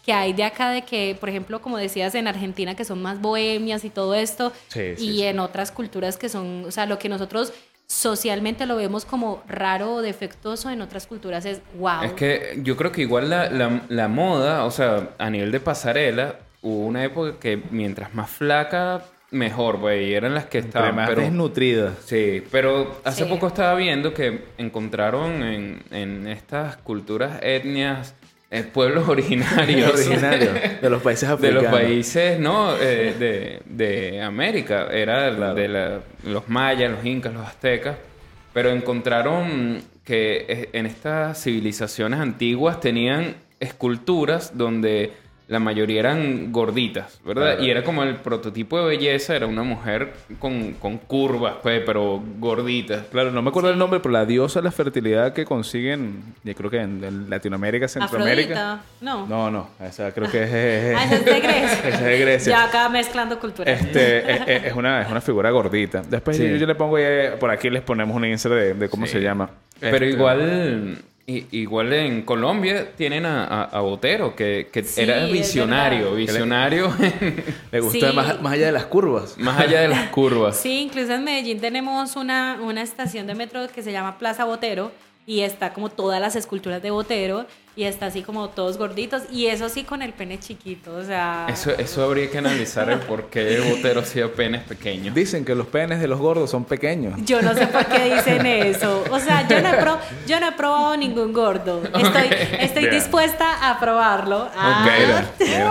que hay de acá de que, por ejemplo, como decías, en Argentina que son más bohemias y todo esto, Sí, sí, y sí. en otras culturas que son, o sea, lo que nosotros socialmente lo vemos como raro o defectuoso, en otras culturas es wow. Es que yo creo que igual la, la, la moda, o sea, a nivel de pasarela, hubo una época que mientras más flaca, mejor, güey. Y eran las que estaban... Entre más pero, desnutrida. sí, pero hace Sí. poco estaba viendo que encontraron en, en estas culturas, etnias, eh, pueblos originarios. Originario de los países De africanos. los países, ¿no? Eh, de, de América. Era Claro. de la- los mayas, los incas, los aztecas. Pero encontraron que eh, en estas civilizaciones antiguas tenían esculturas donde la mayoría eran gorditas, ¿verdad? Claro. Y era como el prototipo de belleza, era una mujer con, con curvas, pues, pero gorditas. Claro, no me acuerdo el nombre, pero la diosa de la fertilidad que consiguen, yo creo que en, en Latinoamérica, Centroamérica. Afrodita, no. No, no, esa creo que es, es- Ah, esa es de Grecia. esa es de Grecia. Ya acá mezclando culturas. Este, es, es- es una, es una figura gordita. Después Sí. yo, yo le pongo, eh, por aquí les ponemos un insert de, de cómo Sí. se llama. Pero Este, igual, i- igual en Colombia tienen a, a- a Botero, que, que Sí, era es visionario, verdad. visionario Le gusta Sí. más, más allá de las curvas. más allá de las curvas. Sí, incluso en Medellín tenemos una, una estación de metro que se llama Plaza Botero y está como todas las esculturas de Botero y está así como todos gorditos y eso sí con el pene chiquito, o sea... Eso, eso habría que analizar el por qué Botero hacía penes pequeños. Dicen que los penes de los gordos son pequeños. Yo no sé por qué dicen eso. O sea, yo no he, pro- yo no he probado ningún gordo. Estoy, estoy Bien. dispuesta a probarlo. Ah, Ok, mira.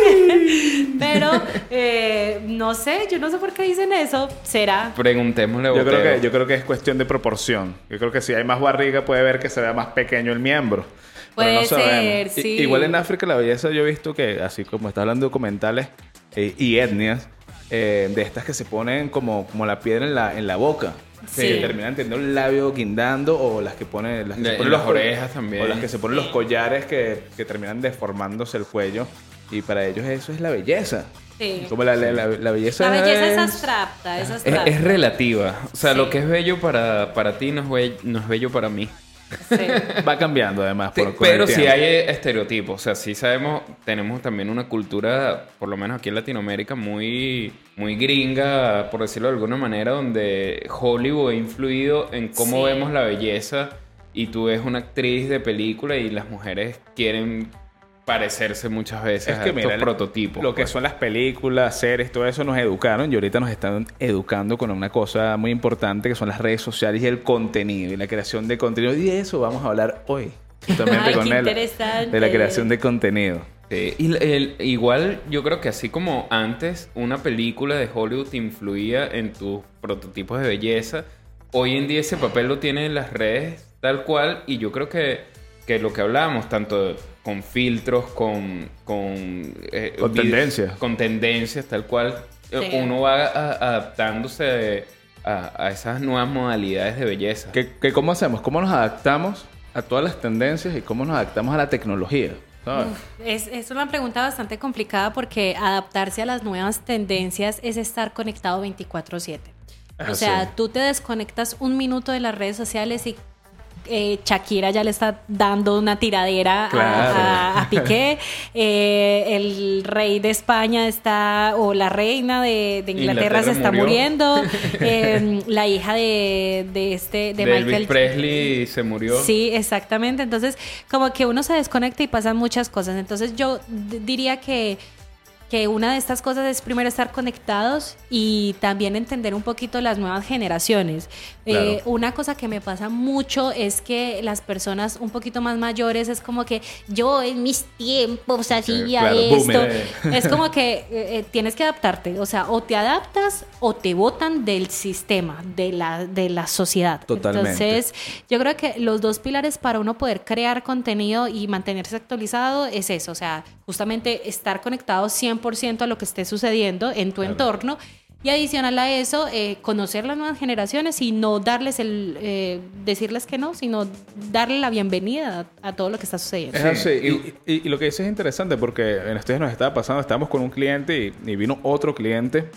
pero eh, no sé, yo no sé por qué dicen eso. ¿Será? Preguntémosle a Yo Botero. creo, que, yo creo que es cuestión de proporción. Yo creo que si hay más barriga puede ver que se vea más pequeño el miembro. Pero Puede no sabemos. ser, I- sí. Igual en África la belleza yo he visto que, así como está hablando de documentales eh, y etnias, eh, de estas que se ponen como, como la piedra en la, en la boca. Sí. Que terminan teniendo el labio guindando o las que ponen las, que De- se ponen las los orejas también. O las que se ponen los collares que, que terminan deformándose el cuello. Y para ellos eso es la belleza. Sí. Como la, la, la- la belleza La belleza es es- abstracta, es Es, abstracta. es relativa. O sea, Sí. lo que es bello para, para ti no es, be- no es bello para mí. Sí. Va cambiando además. Sí, por- con el pero sí tiempo. hay eh, estereotipos. O sea, sí sabemos, tenemos también una cultura, por lo menos aquí en Latinoamérica, muy, muy gringa, por decirlo de alguna manera, donde Hollywood ha influido en cómo Sí. vemos la belleza. Y tú ves una actriz de película y las mujeres quieren parecerse muchas veces Es que a mira, estos prototipos. lo que pues. son las películas, series, todo eso nos educaron y ahorita nos están educando con una cosa muy importante que son las redes sociales y el contenido y la creación de contenido. Y de eso vamos a hablar hoy, justamente Ay, con qué él, interesante. de la creación de contenido. Sí, y el- igual yo creo que así como antes una película de Hollywood te influía en tus prototipos de belleza, hoy en día ese papel lo tienen las redes tal cual y yo creo que, que lo que hablábamos, tanto con filtros, con... Con, eh, Con vid- tendencias. Con tendencias tal cual, eh, Sí. uno va a- adaptándose a, a esas nuevas modalidades de belleza. ¿Qué, qué- ¿Cómo hacemos? ¿Cómo nos adaptamos a todas las tendencias y cómo nos adaptamos a la tecnología? ¿Sabes? Es, es una pregunta bastante complicada porque adaptarse a las nuevas tendencias es estar conectado veinticuatro siete. O Ah, sea, sí. tú te desconectas un minuto de las redes sociales y eh, Shakira ya le está dando una tiradera a- Claro. a, a Piqué. Eh, el rey de España está, o la reina de, de Inglaterra, Inglaterra se está murió. muriendo. Eh, la hija de, de este, de, De Michael Elvis Presley se murió. Sí, exactamente. Entonces, como que uno se desconecta y pasan muchas cosas. Entonces, yo d- diría que, que una de estas cosas es primero estar conectados y también entender un poquito las nuevas generaciones. Claro. Eh, una cosa que me pasa mucho es que las personas un poquito más mayores es como que yo en mis tiempos hacía claro, esto. boomer. Es como que eh, eh, tienes que adaptarte. O sea, o te adaptas o te botan del sistema, de la, de la sociedad. Totalmente. Entonces, yo creo que los dos pilares para uno poder crear contenido y mantenerse actualizado es eso, o sea, justamente estar conectado cien por ciento a lo que esté sucediendo en tu entorno y adicional a eso, eh, conocer las nuevas generaciones y no darles el, eh, decirles que no, sino darle la bienvenida a, a todo lo que está sucediendo. Es así. Y, y- y lo que dices es interesante porque en estos días nos estaba pasando, estábamos con un cliente y, y vino otro cliente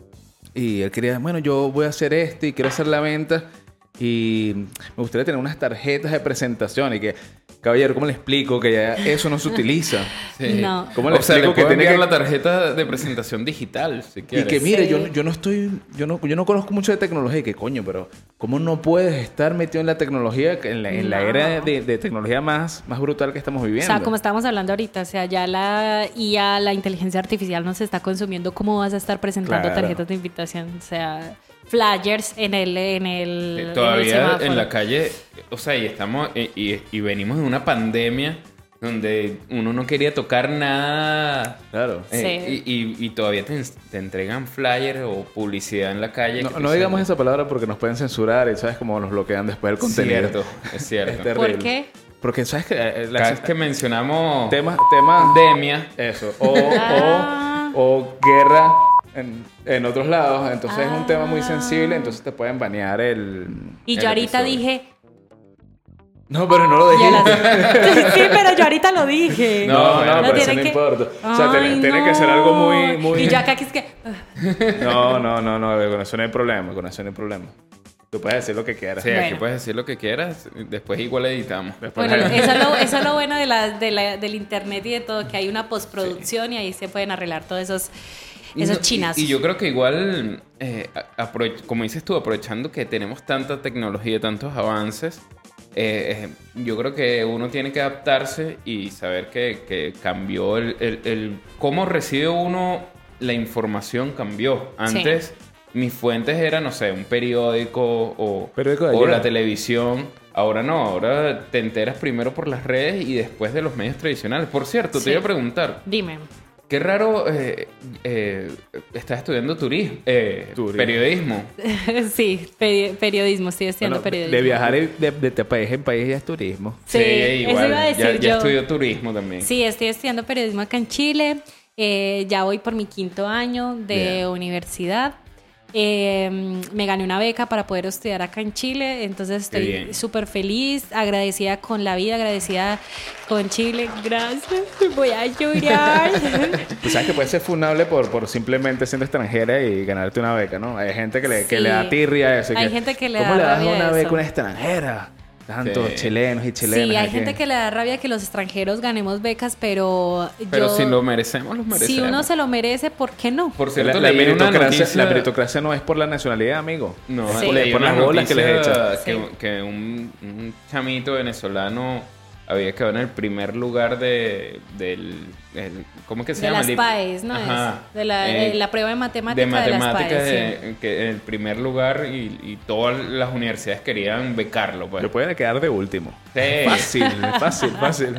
y él quería, bueno, yo voy a hacer esto y quiero hacer la venta y me gustaría tener unas tarjetas de presentación y que Caballero, ¿cómo le explico que ya eso no se utiliza? Sí. No. ¿Cómo le O sea, le explico que puedo tiene enviar que... la tarjeta de presentación digital, si Y quieres. que mire, Sí. yo, yo no estoy, yo no, yo no conozco mucho de tecnología y que coño, pero ¿cómo no puedes estar metido en la tecnología, en la, en la No. era de, de tecnología más, más brutal que estamos O viviendo? sea, como estábamos hablando ahorita, o sea, ya la I A, la inteligencia artificial nos está consumiendo. ¿Cómo vas a estar presentando Claro. tarjetas de invitación? O sea, flyers en el, en el, Eh, en el Todavía semáforo. en la calle, o sea, y estamos y, y- y venimos de una pandemia donde uno no quería tocar nada. Claro. eh, Sí. y, y- y todavía te, te entregan flyers o publicidad en la calle. No, que te no dicen- digamos esa palabra porque nos pueden censurar y sabes cómo nos bloquean después el contenido. Cierto, es cierto. Es terrible. ¿Por qué? Porque sabes que eh, la- Cada vez que mencionamos temas, temas pandemia, eso, o, Ah. o, o guerra en, en otros lados, entonces es un tema muy Ah. sensible, entonces te pueden banear el... Y el yo ahorita episodio. dije... No, pero no lo ya dijiste. la- sí, pero yo ahorita lo dije. No, bueno, no, no pero eso tiene no que- importa. O sea, tiene, Ay, tiene no. que ser algo muy... muy... Y yo acá que es que... No, no, no, no, con eso no hay problema, con eso no hay problema. Tú puedes decir lo que quieras. sí, aquí Bueno. puedes decir lo que quieras, después igual editamos. Después- Bueno, eso es lo, eso es lo bueno de la, de la- del internet y de todo, que hay una postproducción y ahí se pueden arreglar todos esos, Y esos no- chinazos. Y, y yo creo que igual, eh, a- aprove- como dices tú, aprovechando que tenemos tanta tecnología, tantos avances, eh, eh, yo creo que uno tiene que adaptarse y saber que, que cambió el, el- el- cómo recibe uno la información cambió. Antes mis fuentes eran, no sé, un periódico o, Periódico de o ayer. la televisión. Ahora no, ahora te enteras primero por las redes y después de los medios tradicionales. Por cierto, Sí. te iba a preguntar, Dime. qué raro, eh, eh, estás estudiando turismo, eh, Turismo. periodismo. Sí, peri- periodismo, estoy estudiando Bueno, de- periodismo. de viajar de, de, de país en país ya es turismo. Sí, eso iba a ya, decir ya yo. estudió turismo también. Sí, estoy estudiando periodismo acá en Chile. Eh, ya voy por mi quinto año de Bien. universidad. Eh, me gané una beca para poder estudiar acá en Chile, entonces Qué estoy bien. súper feliz, agradecida con la vida, agradecida con Chile. Gracias, voy a llorar. Tú sabes que puede ser funable por, por simplemente siendo extranjera y ganarte una beca, ¿no? Hay gente que le, que Sí. le da tirria a eso. y Hay gente que le ¿cómo da le das rabia una a beca eso? a una extranjera? Tantos Sí. chilenos y chilenas. Sí, hay aquí. gente que le da rabia que los extranjeros ganemos becas, pero, Pero yo- si lo merecemos, los merecemos. si uno se lo merece, ¿por qué no? Por La, cierto, la leí una meritocracia, noticia... la meritocracia no es por la nacionalidad, amigo. No, Sí. leí Por una las bolas que les noticia echan. que, Sí. que un, un chamito venezolano había quedado en el primer lugar de del el- ¿cómo es que se De llama? las El- PAES, ¿no? Ajá. Es de la, Eh, eh, la prueba de matemática de de, las matemáticas PAES. sí. de- que en el primer lugar y, y todas las universidades querían becarlo, pues. Lo pueden quedar de último. Sí. Fácil, fácil, fácil.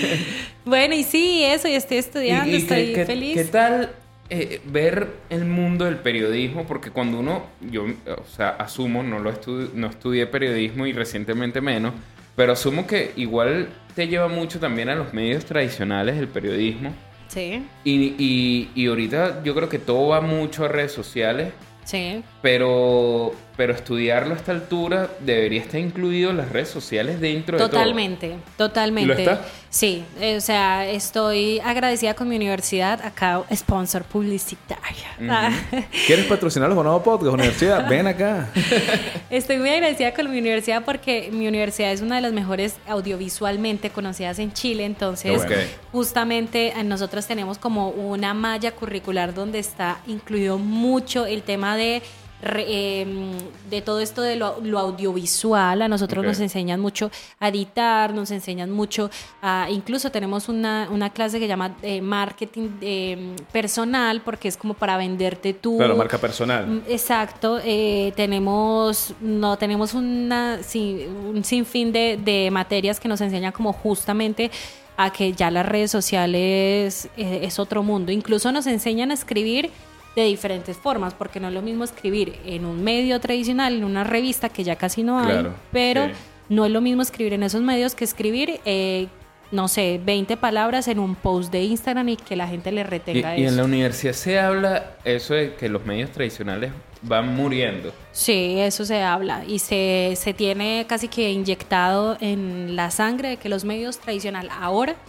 Bueno, y sí, eso, y estoy estudiando, ¿Y- y estoy qué, qué- feliz. ¿Qué tal eh, ver el mundo del periodismo? Porque cuando uno, yo, o sea, asumo, no lo estu- no estudié periodismo y recientemente menos, pero asumo que igual te lleva mucho también a los medios tradicionales del periodismo. Sí, Y, y, y ahorita yo creo que todo va mucho a redes sociales, sí. pero, pero estudiarlo a esta altura debería estar incluido en las redes sociales dentro de todo. Totalmente, totalmente. ¿Lo está? Sí, eh, o sea, estoy agradecida con mi universidad, acá sponsor publicitaria. Ah, ¿Quieres patrocinar los Bonobos Podcast, universidad? Ven acá. Estoy muy agradecida con mi universidad porque mi universidad es una de las mejores audiovisualmente conocidas en Chile, entonces Qué bueno. justamente eh, nosotros tenemos como una malla curricular donde está incluido mucho el tema de re- eh, de todo esto de lo, lo audiovisual. A nosotros Ok. nos enseñan mucho a editar, nos enseñan mucho a, incluso tenemos una, una clase que se llama eh, marketing eh, personal, porque es como para venderte tú. Claro, marca personal. Mm, Exacto, eh, tenemos, no, tenemos una, sí, un sinfín de, de materias que nos enseñan como justamente a que ya las redes sociales eh, es otro mundo. Incluso nos enseñan a escribir de diferentes formas, porque no es lo mismo escribir en un medio tradicional, en una revista que ya casi no hay, Claro, pero sí. no es lo mismo escribir en esos medios que escribir, eh, no sé, veinte palabras en un post de Instagram y que la gente le Y, retenga y eso. en la universidad se habla eso de que los medios tradicionales van muriendo. Sí, eso se habla y se, se tiene casi que inyectado en la sangre de que los medios tradicionales ahora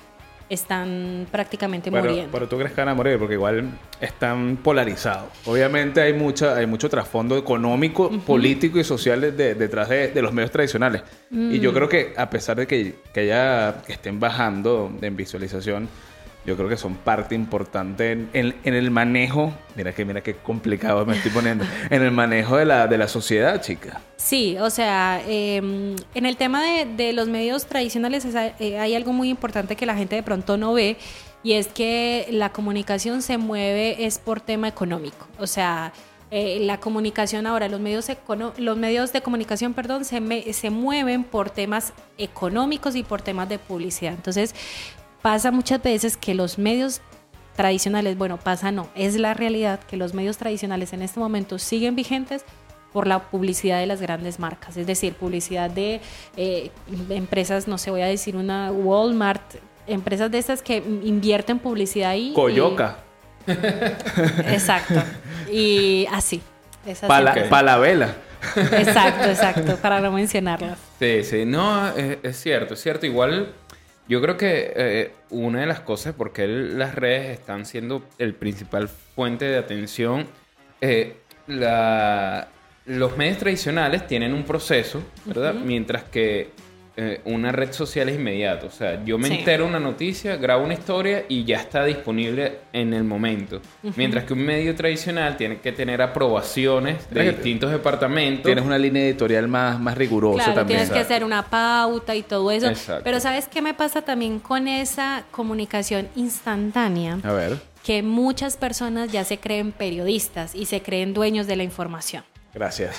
están prácticamente Pero, muriendo. pero tú crees que van a morir porque igual están polarizados. Obviamente hay mucha, hay mucho trasfondo económico, uh-huh. político y social de, de, detrás de, de los medios tradicionales. Mm. Y yo creo que a pesar de que, que, haya, que estén bajando en visualización, yo creo que son parte importante en, en, en el manejo. Mira que mira qué complicado me estoy poniendo. En el manejo de la, de la sociedad, chica. Sí, o sea, eh, en el tema de, de los medios tradicionales es, eh, hay algo muy importante que la gente de pronto no ve, y es que la comunicación se mueve es por tema económico. O sea, eh, la comunicación ahora, los medios, econo- los medios de comunicación, perdón, se, me, se mueven por temas económicos y por temas de publicidad. Entonces, pasa muchas veces que los medios tradicionales, bueno, pasa no, es la realidad que los medios tradicionales en este momento siguen vigentes por la publicidad de las grandes marcas, es decir, publicidad de eh, empresas, no sé, voy a decir una Walmart, empresas de estas que invierten publicidad ahí. Coyoca. Y... Exacto. Y así. Es así. Pala, okay. Palavela. Exacto, exacto, para no mencionarlas. Sí, sí, no, es, es cierto, es cierto, igual... Yo creo que eh, una de las cosas por qué las redes están siendo el principal fuente de atención, eh, la, los medios tradicionales tienen un proceso, ¿verdad? Uh-huh. Mientras que eh, una red social es inmediato. O sea, yo me sí. entero una noticia, grabo una historia y ya está disponible en el momento. Uh-huh. Mientras que un medio tradicional tiene que tener aprobaciones de Tienes distintos departamentos. Tienes una línea editorial más, más rigurosa claro, también. Tienes ¿sabes? que hacer una pauta y todo eso. Exacto. Pero ¿sabes qué me pasa también con esa comunicación instantánea? A ver. Que muchas personas ya se creen periodistas y se creen dueños de la información. Gracias.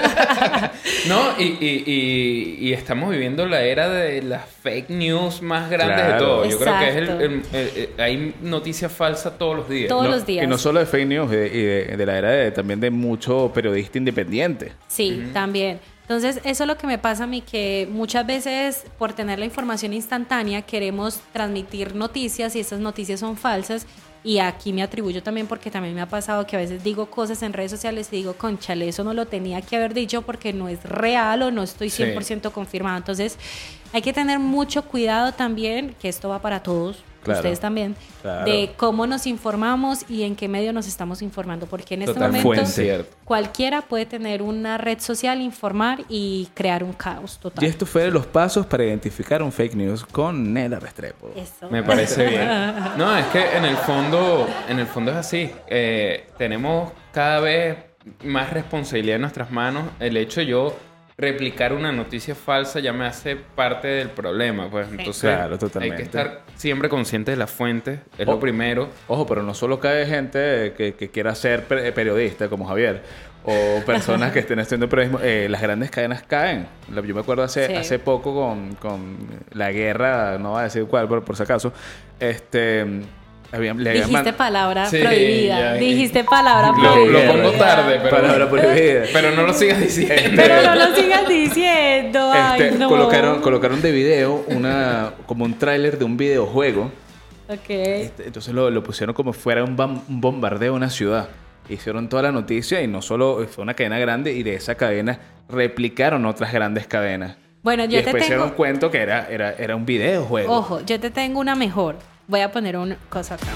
No, y, y, y, y estamos viviendo la era de las fake news más grandes claro. de todo. Yo Exacto. creo que es el, el, el, el, hay noticias falsas todos los días. Todos no, los días. Y no solo de fake news, y de, de, de la era de, también de mucho periodista independiente. Sí, Uh-huh. también. Entonces, eso es lo que me pasa a mí, que muchas veces por tener la información instantánea queremos transmitir noticias y esas noticias son falsas. Y aquí me atribuyo también porque también me ha pasado que a veces digo cosas en redes sociales y digo, cónchale, eso no lo tenía que haber dicho porque no es real o no estoy cien por ciento sí. confirmado. Entonces, hay que tener mucho cuidado también, que esto va para todos, claro, ustedes también, claro. de cómo nos informamos y en qué medio nos estamos informando. Porque en este Total momento fuente. Cualquiera puede tener una red social, informar y crear un caos total. Y esto fue de los pasos para identificar un fake news con Nela Restrepo. Eso. Me parece bien. No, es que en el fondo, en el fondo es así. Eh, tenemos cada vez más responsabilidad en nuestras manos. El hecho de yo replicar una noticia falsa ya me hace parte del problema, pues. Entonces, claro, totalmente. Hay que estar siempre consciente de las fuentes, es o, lo primero. Ojo, pero no solo cae gente que, que quiera ser periodista, como Javier, o personas que estén haciendo periodismo. Eh, las grandes cadenas caen. Yo me acuerdo hace, sí. hace poco con, con la guerra, no voy a decir cuál, pero por si acaso, este... Había, Dijiste man... palabra sí, prohibida. Ya, Dijiste palabra lo, prohibida. Lo pongo tarde, pero, palabra prohibida. Pero no lo sigas diciendo. Pero no lo sigas diciendo. Ay, este, no. Colocaron, colocaron de video una, como un tráiler de un videojuego. Ok. Este, entonces lo, lo pusieron como si fuera un, bam, un bombardeo a una ciudad. Hicieron toda la noticia y no solo fue una cadena grande, y de esa cadena replicaron otras grandes cadenas. Bueno, yo y después te tengo... hicieron un cuento que era, era, era un videojuego. Ojo, yo te tengo una mejor. Voy a poner una cosa acá.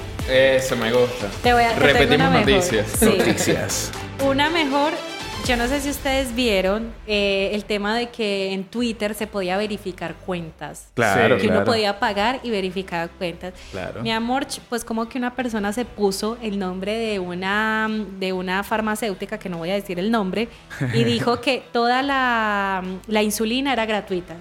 Eso me gusta. Te voy a, te Repetimos una noticias. Sí. Noticias. Una mejor. Yo no sé si ustedes vieron eh, el tema de que en Twitter se podía verificar cuentas. Claro, Que claro. uno podía pagar y verificar cuentas. Claro. Mi amor, pues como que una persona se puso el nombre de una, de una farmacéutica, que no voy a decir el nombre, y dijo que toda la, la insulina era gratuita.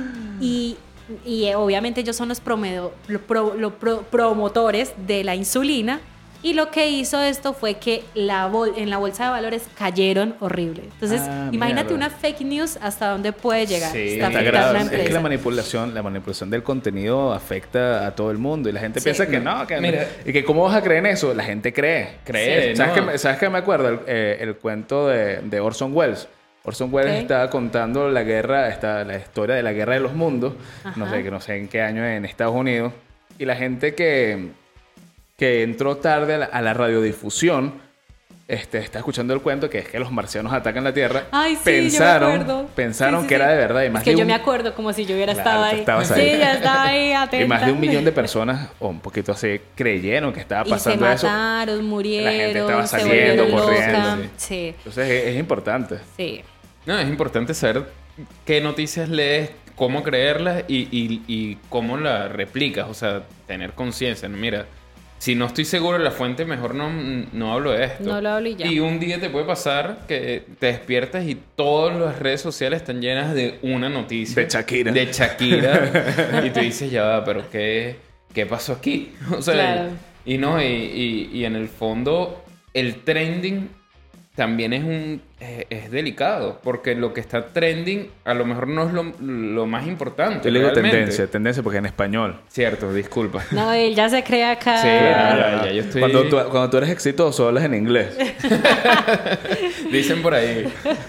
Y... Y eh, obviamente ellos son los, promedo, lo pro, lo pro, promotores de la insulina, y lo que hizo esto fue que la bol, en la bolsa de valores cayeron horrible. Entonces, ah, imagínate mierda. Una fake news hasta dónde puede llegar. Sí, está grave. Es que la manipulación, la manipulación del contenido afecta a todo el mundo y la gente sí. piensa que no, que Mira, y que cómo vas a creer en eso. La gente cree, cree. Sí, ¿Sabes, no. que, ¿Sabes qué me acuerdo? El, eh, el cuento de, de Orson Welles. Orson Welles okay. estaba contando la guerra, esta, la historia de la guerra de los mundos, Ajá. no sé, que no sé en qué año en Estados Unidos, y la gente que, que entró tarde a la, a la radiodifusión este, estaba escuchando el cuento que es que los marcianos atacan la Tierra. Ay, sí, pensaron, yo me acuerdo. pensaron Sí, sí, que sí. era de verdad. Y más Es que de yo un- me acuerdo como si yo hubiera Claro, estado tú ahí. estabas ahí. Sí, ya estaba ahí atenta. Y más de un millón de personas, o un poquito así, creyeron que estaba Y se pasando eso. mataron, murieron, La gente estaba se saliendo, volvieron corriendo, locas. sí. Sí, Entonces es, es importante. sí. No, es importante saber qué noticias lees, cómo creerlas y, y, y cómo las replicas. O sea, tener conciencia. ¿No? Mira, si no estoy seguro de la fuente, mejor no, no hablo de esto. No lo hablo y ya. Y un día te puede pasar que te despiertas y todas las redes sociales están llenas de una noticia. De Shakira. De Shakira. Y tú dices, ya va, pero ¿qué, qué pasó aquí? O sea, Claro. y no, y, y, y en el fondo, el trending también es un es, es delicado, porque lo que está trending a lo mejor no es lo, lo más importante. Yo le digo realmente. tendencia, tendencia porque en español. Cierto, disculpa. No, él ya se cree acá. Sí, ya, ya, yo estoy- Cuando, tú, cuando tú eres exitoso, hablas en inglés. Dicen por ahí.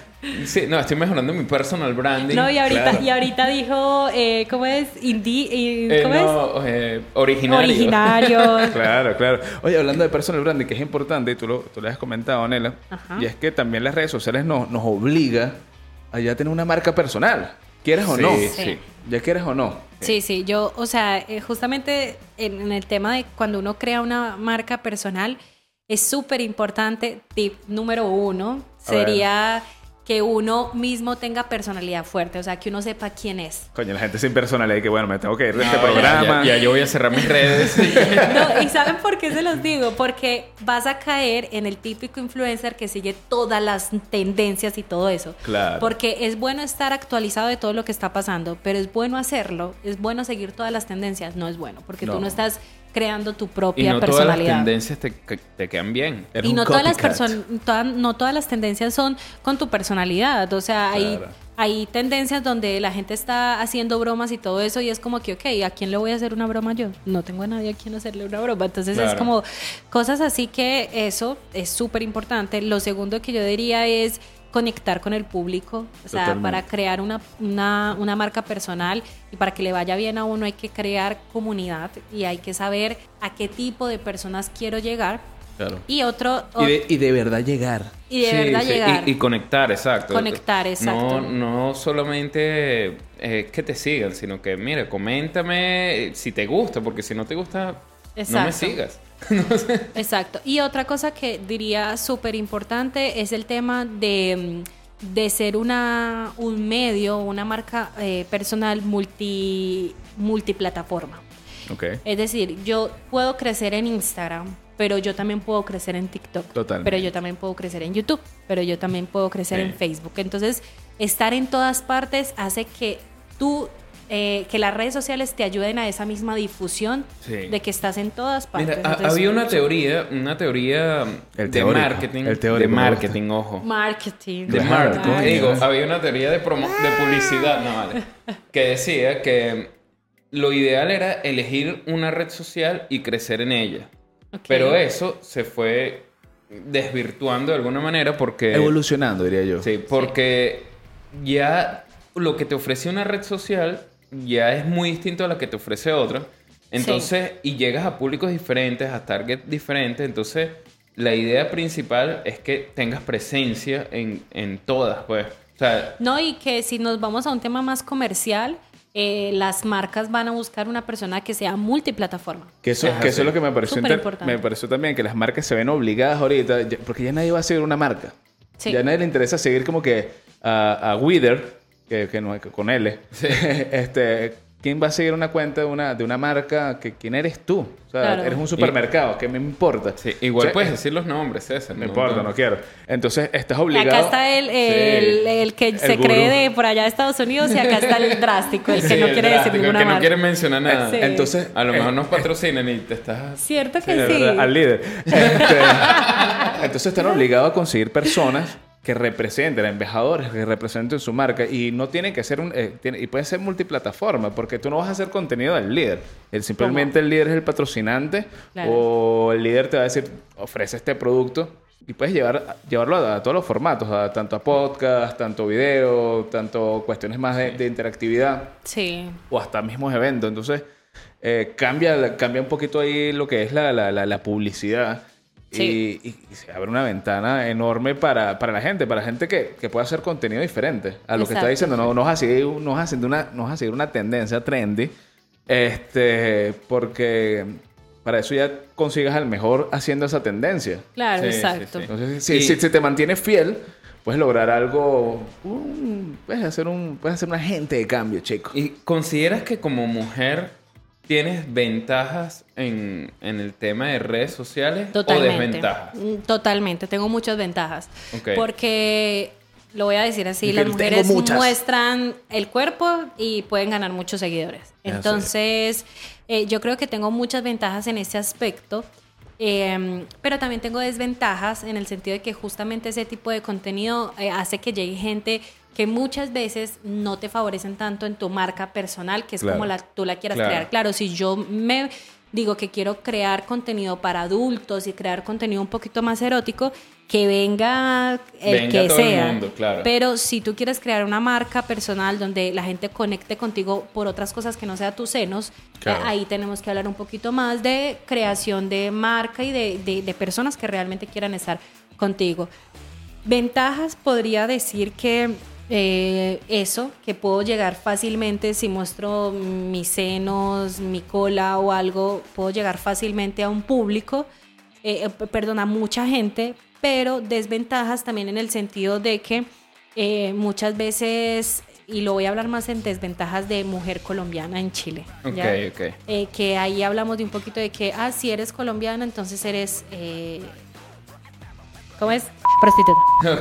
Sí, no, estoy mejorando mi personal branding. No, y ahorita, Claro. y ahorita dijo, eh, ¿cómo es? Indie, Eh, ¿cómo es? no, eh, originario. Originario. Claro, claro. Oye, hablando de personal branding, que es importante, y tú lo, tú lo has comentado, Nela, Ajá. y es que también las redes sociales nos, nos obliga a ya tener una marca personal. ¿Quieres o Sí, no? sí. ¿Ya quieres o no? Sí, sí, yo, o sea, eh, justamente en, en el tema de cuando uno crea una marca personal, es súper importante, tip número uno, A ver. sería que uno mismo tenga personalidad fuerte, o sea, que uno sepa quién es. Coño, la gente sin personalidad y que bueno, me tengo que ir de este No, ya, programa. Ya, ya yo voy a cerrar mis redes. No, ¿y saben por qué se los digo? Porque vas a caer en el típico influencer que sigue todas las tendencias y todo eso. Claro. Porque es bueno estar actualizado de todo lo que está pasando, pero es bueno hacerlo, es bueno seguir todas las tendencias, no es bueno, porque No. tú no estás creando tu Y propia no todas las personalidad. tendencias te, que- te quedan bien. Eres Y un no todas las copycat. personas, no todas las tendencias son con tu personalidad. O sea, hay, Claro. hay tendencias donde la gente está haciendo bromas y todo eso, y es como que, ok, ¿a quién le voy a hacer una broma yo? No tengo a nadie a quien hacerle una broma. Entonces es Claro. como cosas así que eso es súper importante. Lo segundo que yo diría es conectar con el público, o sea, Totalmente. para crear una, una, una marca personal y para que le vaya bien a uno hay que crear comunidad y hay que saber a qué tipo de personas quiero llegar. Claro. Y otro, Y de, y de verdad llegar. y de Sí, verdad sí, llegar. Y, y conectar, exacto. Conectar, exacto. No, no solamente eh, que te sigan, sino que, mira, coméntame si te gusta, porque si no te gusta, no me Exacto. sigas. Exacto. Y otra cosa que diría súper importante es el tema de, mm, de ser una, un medio, una marca eh, personal multi, multiplataforma. Ok. Es decir, yo puedo crecer en Instagram, pero yo también puedo crecer en TikTok. Totalmente. Pero yo también puedo crecer en YouTube, pero yo también puedo crecer Sí. en Facebook. Entonces, estar en todas partes hace que tú, eh, que las redes sociales te ayuden a esa misma difusión Sí. de que estás en todas partes. Mira, ha- Entonces, había una teoría, una teoría El de teórico, marketing. el teórico de me gusta. marketing, ojo. Marketing. De Claro, marketing. coño. Digo, había una teoría de, promo de publicidad, no vale, que decía que lo ideal era elegir una red social y crecer en ella. Ok. Pero eso se fue desvirtuando de alguna manera porque... Evolucionando, diría yo. Sí, porque ya lo que te ofrece una red social ya es muy distinto a la que te ofrece otra. Entonces, y llegas a públicos diferentes, a targets diferentes. Entonces, la idea principal es que tengas presencia en, en todas, pues. O sea, No, y que si nos vamos a un tema más comercial, eh, las marcas van a buscar una persona que sea multiplataforma. Que eso, Ajá, que eso sí. es lo que me pareció, Súper inter- importante. me pareció también, que las marcas se ven obligadas ahorita, ya- porque ya nadie va a seguir una marca. Sí. Ya a nadie le interesa seguir como que a, a Wither, que, que no, que con L. este, ¿quién va a seguir una cuenta de una, de una marca? Que, ¿Quién eres tú? O sea, Claro. eres un supermercado, ¿qué me importa? sí, igual O sea, puedes eh, decir los nombres, César. No importa, no quiero. Entonces, estás Y obligado... acá está el, el, el que El se gurú. cree de por allá de Estados Unidos y acá está el drástico, el que Sí, no el quiere decir drástico, el ninguna que no marca. quiere mencionar nada. Sí. Entonces... A lo mejor eh, nos patrocinan y te estás... Cierto que de sí. verdad, al líder. Este, entonces están obligados a conseguir personas que representen, embajadores que representen su marca y no tiene que ser un eh, tiene- y puede ser multiplataforma porque tú no vas a hacer contenido del líder. El, simplemente el líder es el patrocinante Claro. o el líder te va a decir ofrece este producto y puedes llevar llevarlo a, a todos los formatos, a, tanto a podcast, tanto video, tanto cuestiones más de, de interactividad Sí. o hasta mismos eventos. Entonces, eh, cambia, cambia un poquito ahí lo que es la, la, la, la publicidad. Sí. Y, y, y se abre una ventana enorme para, para la gente, para la gente que, que pueda hacer contenido diferente a lo Exacto. que está diciendo. No, no vas a seguir, no vas a seguir una, no vas a seguir una tendencia trendy, este, porque para eso ya consigues al mejor haciendo esa tendencia. Claro, Sí, sí, exacto. sí. Entonces, si, Y- si, si te mantienes fiel, puedes lograr algo, un- puedes hacer un, puedes hacer un agente de cambio, chico. ¿Y consideras que como mujer tienes ventajas en, en el tema de redes sociales Totalmente. o desventajas? Mm, Totalmente. Tengo muchas ventajas. Ok. Porque, lo voy a decir así, Dije, las tengo mujeres muchas. muestran el cuerpo y pueden ganar muchos seguidores. Ya sé. Entonces, eh, yo creo que tengo muchas ventajas en ese aspecto. Eh, pero también tengo desventajas en el sentido de que justamente ese tipo de contenido eh, hace que llegue gente que muchas veces no te favorecen tanto en tu marca personal, que es Claro. como la, tú la quieras Claro. crear. Claro, si yo me digo que quiero crear contenido para adultos y crear contenido un poquito más erótico, que venga el Venga que todo el sea. mundo, claro. Pero si tú quieres crear una marca personal donde la gente conecte contigo por otras cosas que no sea tus senos, Claro. eh, ahí tenemos que hablar un poquito más de creación de marca y de, de, de personas que realmente quieran estar contigo. Ventajas, podría decir que eh, eso, que puedo llegar fácilmente si muestro mis senos, mi cola o algo, puedo llegar fácilmente a un público, eh, p- perdón, a mucha gente, pero desventajas también en el sentido de que eh, muchas veces, y lo voy a hablar más en desventajas de mujer colombiana en Chile. Ok, ¿ya? ok. Eh, que ahí hablamos de un poquito de que, ah, si eres colombiana, entonces eres... Eh, ¿Cómo es? Prostituta.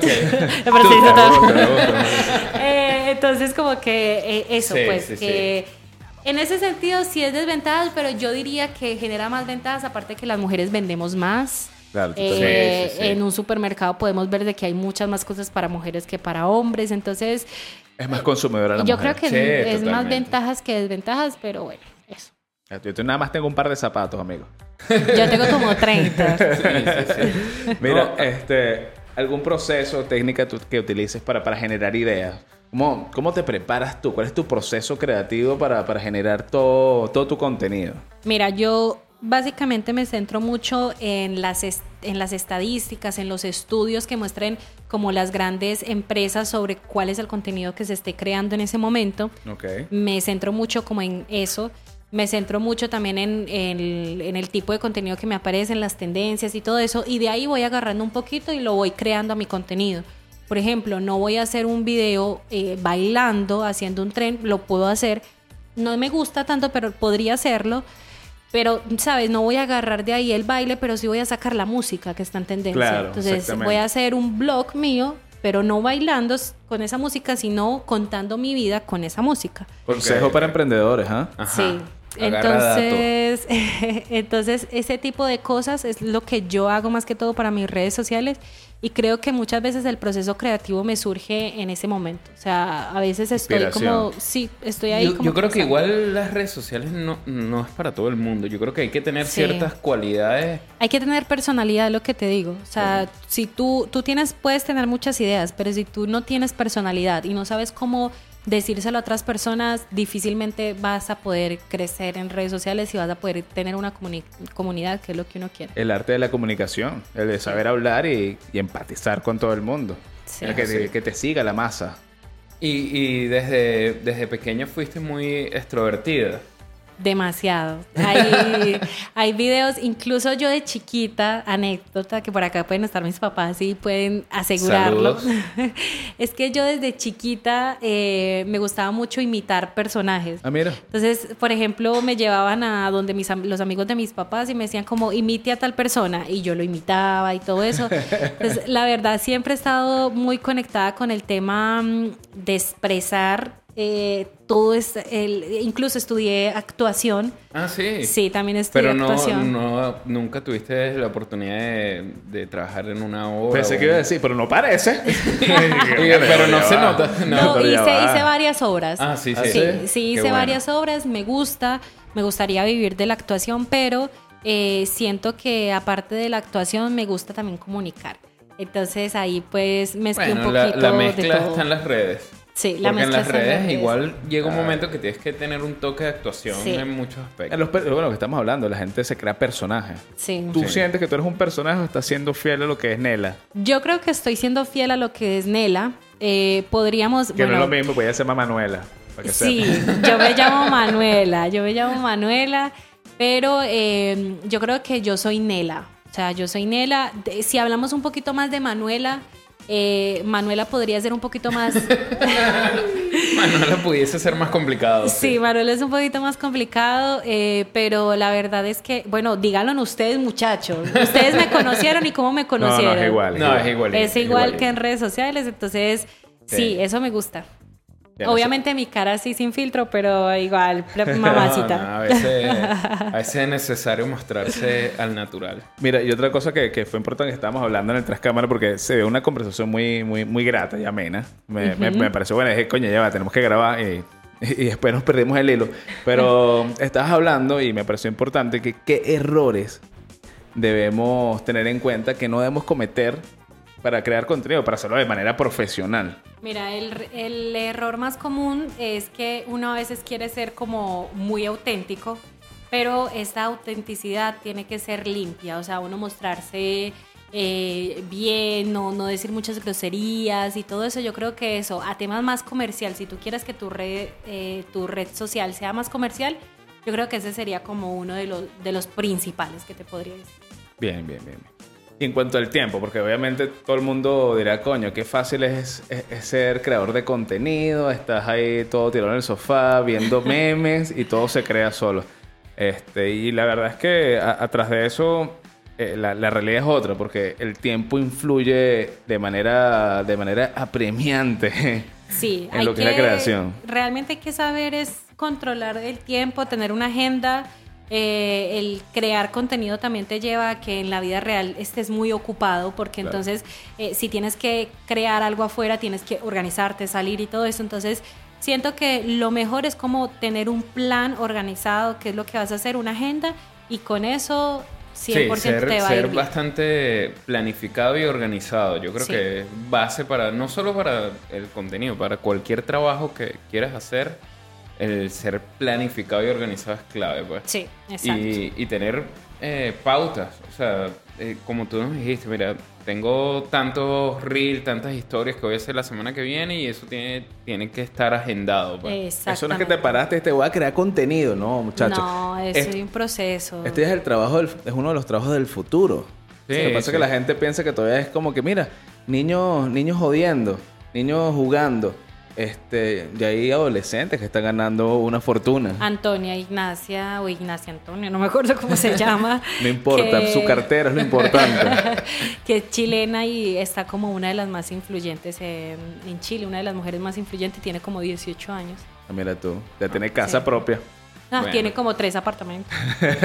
Ok. La prostituta. Me gusta, me gusta, me gusta. Eh, entonces, como que eh, eso, Sí, pues, sí, que en ese sentido sí es desventajas, pero yo diría que genera más ventajas, aparte que las mujeres vendemos más. Claro, Eh, totalmente. Sí, sí, sí. En un supermercado podemos ver de que hay muchas más cosas para mujeres que para hombres, entonces Es más consumidora la yo mujer. creo que Sí, es, es más totalmente. ventajas que desventajas, pero bueno, eso. Yo te- nada más tengo un par de zapatos, amigo. Yo tengo como treinta. Sí, sí, sí. Mira, No, este, algún proceso o técnica tú- que utilices para, para generar ideas. ¿Cómo, ¿Cómo te preparas tú? ¿Cuál es tu proceso creativo para, para generar todo, todo tu contenido? Mira, yo básicamente me centro mucho en las, est- en las estadísticas, en los estudios que muestren como las grandes empresas sobre cuál es el contenido que se esté creando en ese momento. Ok. Me centro mucho como en eso. Me centro mucho también en, en el, en el tipo de contenido que me aparece, en las tendencias y todo eso. Y de ahí voy agarrando un poquito y lo voy creando a mi contenido. Por ejemplo, no voy a hacer un video eh, bailando, haciendo un tren. Lo puedo hacer. No me gusta tanto, pero podría hacerlo. Pero, ¿sabes? No voy a agarrar de ahí el baile, pero sí voy a sacar la música que está en tendencia. Claro, Entonces, exactamente. voy a hacer un blog mío, pero no bailando s- con esa música, sino contando mi vida con esa música. Consejo Ok, para ok. emprendedores, ¿ah? Ajá. Sí. Agarra Entonces, entonces, ese tipo de cosas es lo que yo hago más que todo para mis redes sociales y creo que muchas veces el proceso creativo me surge en ese momento. O sea, a veces estoy Inspiración. como, sí, estoy ahí Yo, como... yo creo que pensando. igual las redes sociales no, no es para todo el mundo. Yo creo que hay que tener Sí. ciertas cualidades. Hay que tener personalidad, es lo que te digo. O sea, si tú, tú tienes, puedes tener muchas ideas, pero si tú no tienes personalidad y no sabes cómo decírselo a otras personas, difícilmente vas a poder crecer en redes sociales y vas a poder tener una comuni- comunidad, que es lo que uno quiere. El arte de la comunicación, el de saber hablar y, y empatizar con todo el mundo. Sí. El que, te, Sí. que te siga la masa. Y, y desde, desde pequeña fuiste muy extrovertida. Demasiado. Hay, hay videos, incluso yo de chiquita, anécdota, que por acá pueden estar mis papás y pueden asegurarlo. Saludos. Es que yo desde chiquita eh, me gustaba mucho imitar personajes. Ah, mira. Entonces, por ejemplo, me llevaban a donde mis, am- los amigos de mis papás y me decían como, imite a tal persona, y yo lo imitaba y todo eso. Entonces, la verdad, siempre he estado muy conectada con el tema mm, de expresar eh, todo es el, incluso estudié actuación. Ah, sí. Sí, también estudié Pero no, actuación. no, nunca tuviste la oportunidad de, de trabajar en una obra. Pensé o- que iba a decir, pero no parece. Oye, pero no se nota. No. No, pero ya hice, va. hice varias obras. Ah, sí, sí. Ah, Sí, ¿sí? sí, Qué hice bueno. varias obras, me gusta, me gustaría vivir de la actuación, pero eh, siento que aparte de la actuación me gusta también comunicar. Entonces ahí pues mezclé Bueno, un la, poquito la de mezcla todo. está en las redes. Sí, la Porque en las mezclas en redes redes. igual llega un momento que tienes que tener un toque de actuación Sí. en muchos aspectos. En los per- bueno, lo que estamos hablando, la gente se crea personajes. Sí. ¿Tú Sí. sientes que tú eres un personaje o estás siendo fiel a lo que es Nela? Yo creo que estoy siendo fiel a lo que es Nela. Eh, podríamos... Que bueno, no es lo mismo, pues ella se llama Manuela. Para que sí, sepas. yo me llamo Manuela, yo me llamo Manuela, pero eh, yo creo que yo soy Nela. O sea, yo soy Nela. De- si hablamos un poquito más de Manuela, eh, Manuela podría ser un poquito más... Manuela pudiese ser más complicado. Sí, Manuela es un poquito más complicado, eh, pero la verdad es que, bueno, díganlo ustedes, muchachos. Ustedes me conocieron y cómo me No, conocieron. no, es igual. No, es igual. Es igual que en redes sociales, entonces sí, Sí. eso me gusta. Ya no Obviamente mi cara sí sin filtro, pero igual, No, mamacita. no, a, veces, a veces es necesario mostrarse al natural. Mira, y otra cosa que, que fue importante que estábamos hablando en el tras cámara, porque se ve una conversación muy, muy, muy grata y amena. Me, me, me pareció buena. Dije, coño, ya va, tenemos que grabar y, y después nos perdimos el hilo. Pero estabas hablando y me pareció importante que qué errores debemos tener en cuenta que no debemos cometer para crear contenido, para hacerlo de manera profesional. Mira, el, el error más común es que uno a veces quiere ser como muy auténtico, pero esta autenticidad tiene que ser limpia, o sea, uno mostrarse eh, bien, no, no decir muchas groserías y todo eso. Yo creo que eso, a temas más comercial, si tú quieres que tu red, eh, tu red social sea más comercial, yo creo que ese sería como uno de los, de los principales que te podría decir. Bien, bien, bien. Y en cuanto al tiempo, porque obviamente todo el mundo dirá, coño, qué fácil es, es- es ser creador de contenido, estás ahí todo tirado en el sofá, viendo memes y todo se crea solo. Este, y la verdad es que a- atrás de eso, eh, la, la realidad es otra, porque el tiempo influye de manera, de manera apremiante Sí, en hay lo que, que, es la creación. realmente hay que saber es controlar el tiempo, tener una agenda. Eh, el crear contenido también te lleva a que en la vida real estés muy ocupado, porque Claro. entonces eh, si tienes que crear algo afuera, tienes que organizarte, salir y todo eso. Entonces siento que lo mejor es como tener un plan organizado, qué es lo que vas a hacer, una agenda, y con eso cien por ciento ser, te va a ser ir bien. bastante planificado y organizado. Yo creo Sí. que es base para, no solo para el contenido, para cualquier trabajo que quieras hacer, el ser planificado y organizado es clave, pues. Sí, exacto. Y, y tener eh, pautas. O sea, eh, como tú nos dijiste, mira, tengo tantos reels, tantas historias que voy a hacer la semana que viene y eso tiene, tiene que estar agendado, pues. Eso no es que te Exactamente. paraste y te voy a crear contenido, no, muchachos. No, es Este- un proceso. Este es el trabajo del- es uno de los trabajos del futuro. Sí, Lo que pasa sí. es que la gente piensa que todavía es como que, mira, niños, niños jodiendo, niños jugando. Este, y hay adolescentes que están ganando una fortuna. Antonia Ignacia o Ignacia Antonia, no me acuerdo cómo se llama. No importa, que- su cartera es lo importante. que es chilena y está como una de las más influyentes en, en Chile, una de las mujeres más influyentes, tiene como dieciocho años. Ah, mira tú, ya tiene casa Sí. propia. Ah, Bueno. Tiene como tres apartamentos.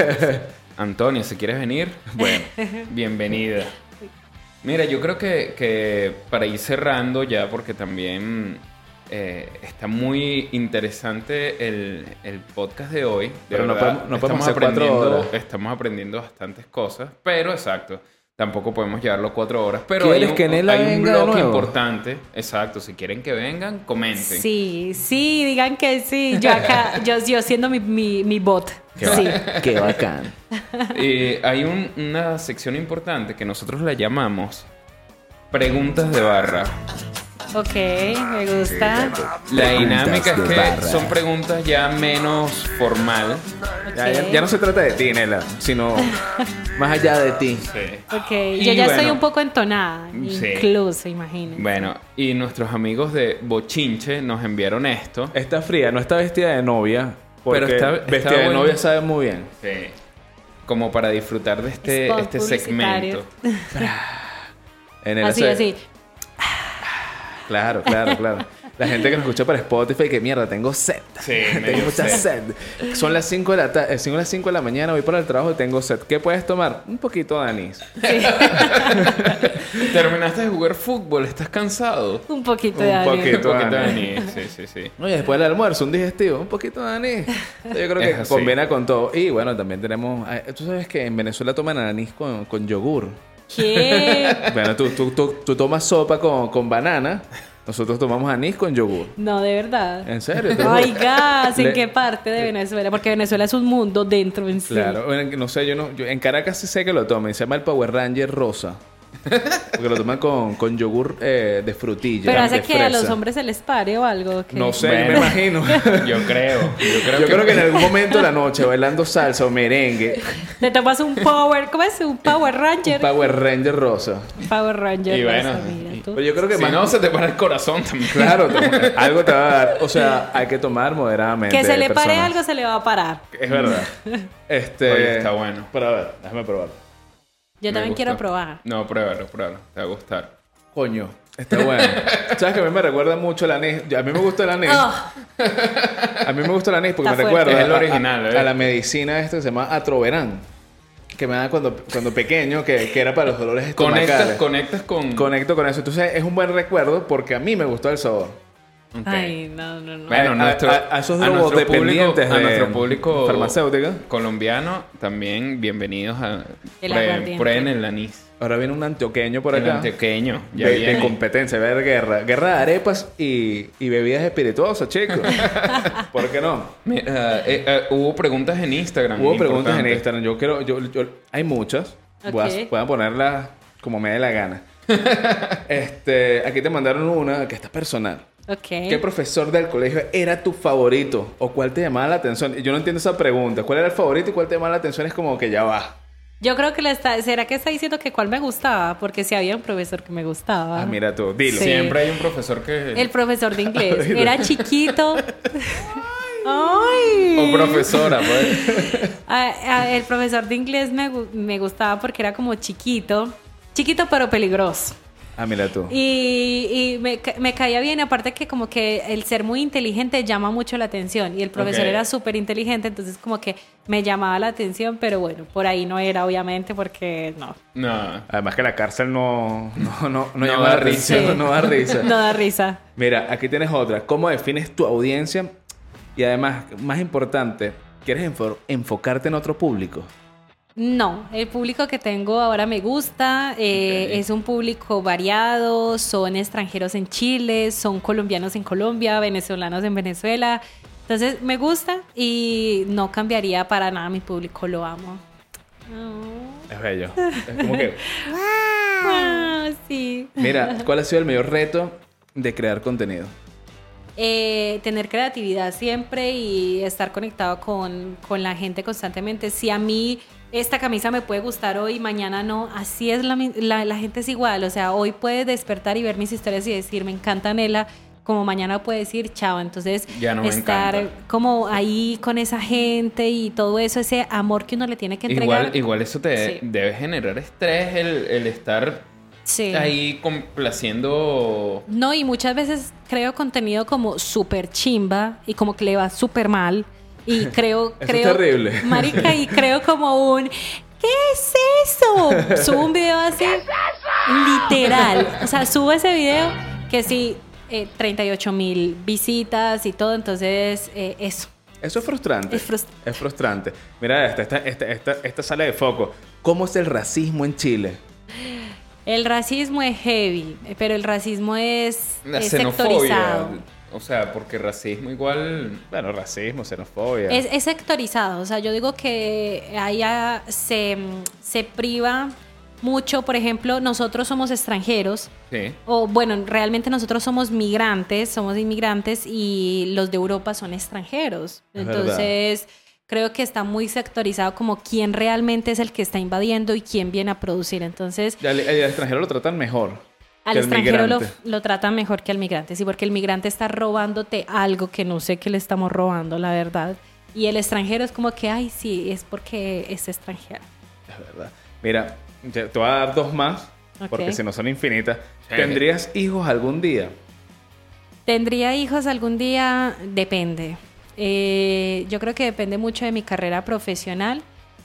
Antonio, si quieres venir, bueno, bienvenida. Mira, yo creo que, que para ir cerrando ya, porque también eh, está muy interesante el, el podcast de hoy. De Pero no verdad, podemos- no podemos estamos hacer cuatro aprendiendo- horas. Estamos aprendiendo bastantes cosas, pero exacto. Tampoco podemos llevarlo cuatro horas, pero hay ¿Quieres un, que Nela hay un venga de bloque nuevo? importante. Exacto, si quieren que vengan, comenten. Sí, sí, digan que sí. Yo acá, yo, yo siendo mi, mi, mi bot. Qué, Sí. ba- qué bacán. Eh, hay un- una sección importante que nosotros la llamamos Preguntas de Barra. Ok, me gusta. La dinámica es de que barra. son preguntas ya menos formal. Ya, ya- Ok. ya no se trata de ti, Nela, sino más allá de ti. Ok, Y yo ya estoy bueno, un poco entonada, sí. incluso, imagínense. Bueno, y nuestros amigos de Bochinche nos enviaron esto. Está fría, no está vestida de novia. Porque Pero está- vestida está de bueno. novia sabe muy bien. Sí. Como para disfrutar de este, Spot este publicitario. segmento. En el Así, ase- así. Claro, claro, claro. La gente que nos escucha por Spotify, que mierda, tengo sed. Sí, me tengo dio mucha sed. sed. Son las cinco de la ta- eh, son las cinco de la mañana, voy para el trabajo y tengo sed. ¿Qué puedes tomar? Un poquito de anís. Terminaste de jugar fútbol, ¿estás cansado? Un poquito Un de anís. poquito. Un poquito de anís. anís. Sí, sí, sí. No, y después del almuerzo, un digestivo, un poquito de anís. Yo creo que Es así. combina con todo. Y bueno, también tenemos... eh, Tú sabes que en Venezuela toman anís con, con yogur. ¿Qué? Bueno, tú, tú, tú, tú tomas sopa con, con banana Nosotros tomamos anís con yogur. No, de verdad. ¿En serio? Ay, gas, ¿en Le- qué parte de Venezuela? Porque Venezuela es un mundo dentro en sí. Claro, bueno, no sé, yo no... Yo, en Caracas sí sé que lo toman. Se llama el Power Ranger rosa. Porque lo toman con, con yogur eh, de frutilla. Pero hace de que a los fresa. hombres se les pare o algo. ¿Qué? No sé, Bueno. me imagino. Yo creo. Yo creo Yo que, creo que en algún momento de la noche, bailando salsa o merengue, Te tomas un Power... ¿Cómo es? Un Power Ranger. Power Ranger rosa. Power Ranger. Y bueno, rosa, mira y- tú. Pero yo creo que si más... no, se te para el corazón también. Claro, te- algo te va a dar. O sea, hay que tomar moderadamente. Que se le pare personas. algo, se le va a parar. Es verdad. Este... Oye, está bueno. Pero a ver, déjame probar. Yo Me también gusta. quiero probar. No, pruébalo, pruébalo. Te va a gustar. Coño, está bueno. ¿Sabes que a mí me recuerda mucho el anís? A mí me gusta el anís. Oh, A mí me gusta el anís porque Está me fuerte. recuerda Es el a- original, a, ¿eh? a la medicina esta que se llama Atroverán. Que me da cuando, cuando pequeño, que, que era para los dolores estomacales. Conectas, conectas con... Conecto con eso. Entonces es un buen recuerdo porque a mí me gustó el sabor. Ok. ay, no, no, no. Bueno, A- nuestro, a- a esos nuestro drogodependientes público, a de nuestro público farmacéutica. colombiano, también bienvenidos a El Prueben- aguardiente. Prueben el anís. Ahora viene un antioqueño por El acá. antioqueño. Ya De, de viene. competencia, va a haber guerra. Guerra de arepas y, y bebidas espirituosas, chicos. ¿Por qué no? Mira, eh, eh, hubo preguntas en Instagram. Hubo preguntas en importantes. Instagram. Yo quiero... Yo, yo- hay muchas. Voy, a, Ok. voy a ponerlas como me dé la gana. este, aquí te mandaron una que está personal. Ok. ¿Qué profesor del colegio era tu favorito? ¿O cuál te llamaba la atención? Yo no entiendo esa pregunta. ¿Cuál era el favorito y cuál te llamaba la atención? Es como que ya va. Yo creo que le está... ¿Será que está diciendo que cuál me gustaba? Porque si había un profesor que me gustaba. Ah, mira tú. Dilo. Sí. Siempre hay un profesor que... El profesor de inglés. Era chiquito. ¡Ay! O profesora, pues. Ah, ah, el profesor de inglés me, gu- me gustaba porque era como chiquito. Chiquito pero peligroso. Ah, mira tú. Y, y me, ca- me caía bien, aparte que como que el ser muy inteligente llama mucho la atención. Y el profesor Ok. era súper inteligente, entonces como que me llamaba la atención, pero bueno, por ahí no era obviamente porque no. No. Además que la cárcel no, no, no, no, No llama da la atención, risa. no da risa. No da risa. Mira, aquí tienes otra. ¿Cómo defines tu audiencia? Y además, más importante, ¿quieres enfo- enfocarte en otro público? No, el público que tengo ahora me gusta, eh, Ok. es un público variado, son extranjeros en Chile, son colombianos en Colombia, venezolanos en Venezuela, entonces me gusta y no cambiaría para nada mi público, lo amo. Oh. Es bello. Es como que... Ah, sí. Mira, ¿cuál ha sido el mayor reto de crear contenido? Eh, tener creatividad siempre y estar conectado con, con la gente constantemente. Si a mí esta camisa me puede gustar hoy, mañana no, así es la, mi- la, la gente es igual. O sea, hoy puede despertar y ver mis historias y decir, me encanta Nela, como mañana puede decir, chao. Entonces, Ya no me estar encanta. como ahí con esa gente y todo eso, ese amor que uno le tiene que entregar. Igual, igual eso te Sí. debe generar estrés el, el estar Sí. ahí complaciendo... No, y muchas veces creo contenido como súper chimba y como que le va súper mal. Y creo, Eso es creo. terrible. Marica, y creo como un. ¿Qué es eso? Subo un video así. Literal. O sea, subo ese video que sí, eh, treinta y ocho mil visitas y todo. Entonces, eh, eso. Eso es frustrante. Es frustrante. Es frustrante. Mira esta, esta, esta, esta, esta sale de foco. ¿Cómo es el racismo en Chile? El racismo es heavy, pero el racismo es, La es xenofobia. sectorizado. O sea, porque racismo igual... Bueno, racismo, xenofobia. Es, es sectorizado, o sea, yo digo que allá se, se priva mucho, por ejemplo, nosotros somos extranjeros, Sí. o bueno, realmente nosotros somos migrantes, somos inmigrantes y los de Europa son extranjeros. Es Entonces, creo que está muy sectorizado como quién realmente es el que está invadiendo y quién viene a producir. Entonces, Y al, al extranjero lo tratan mejor. al que al extranjero lo, migrante. lo tratan mejor que al migrante, sí, porque el migrante está robándote algo que no sé qué le estamos robando, la verdad. Y el extranjero es como que, ay, sí, es porque es extranjero. Es verdad. Mira, ya te voy a dar dos más, Ok. porque si no son infinitas. Sí. ¿Tendrías hijos algún día? ¿Tendría hijos algún día? Depende. Eh, yo creo que depende mucho de mi carrera profesional,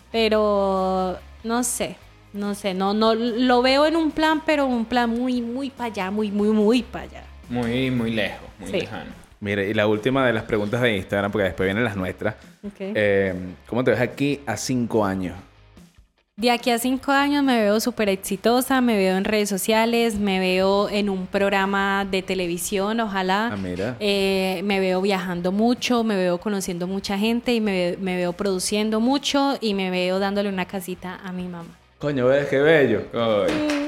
pero no sé, no sé, no, no lo veo en un plan, pero un plan muy, muy para allá, muy, muy, muy para allá. Muy, muy lejos, muy Sí. lejano. Mira, y la última de las preguntas de Instagram, porque después vienen las nuestras. Ok. Eh, ¿Cómo te ves aquí a cinco años? De aquí a cinco años me veo súper exitosa, me veo en redes sociales, me veo en un programa de televisión, ojalá. Ah, mira. Eh, me veo viajando mucho, me veo conociendo mucha gente y me, me veo produciendo mucho y me veo dándole una casita a mi mamá. Coño, ves qué bello. Ay.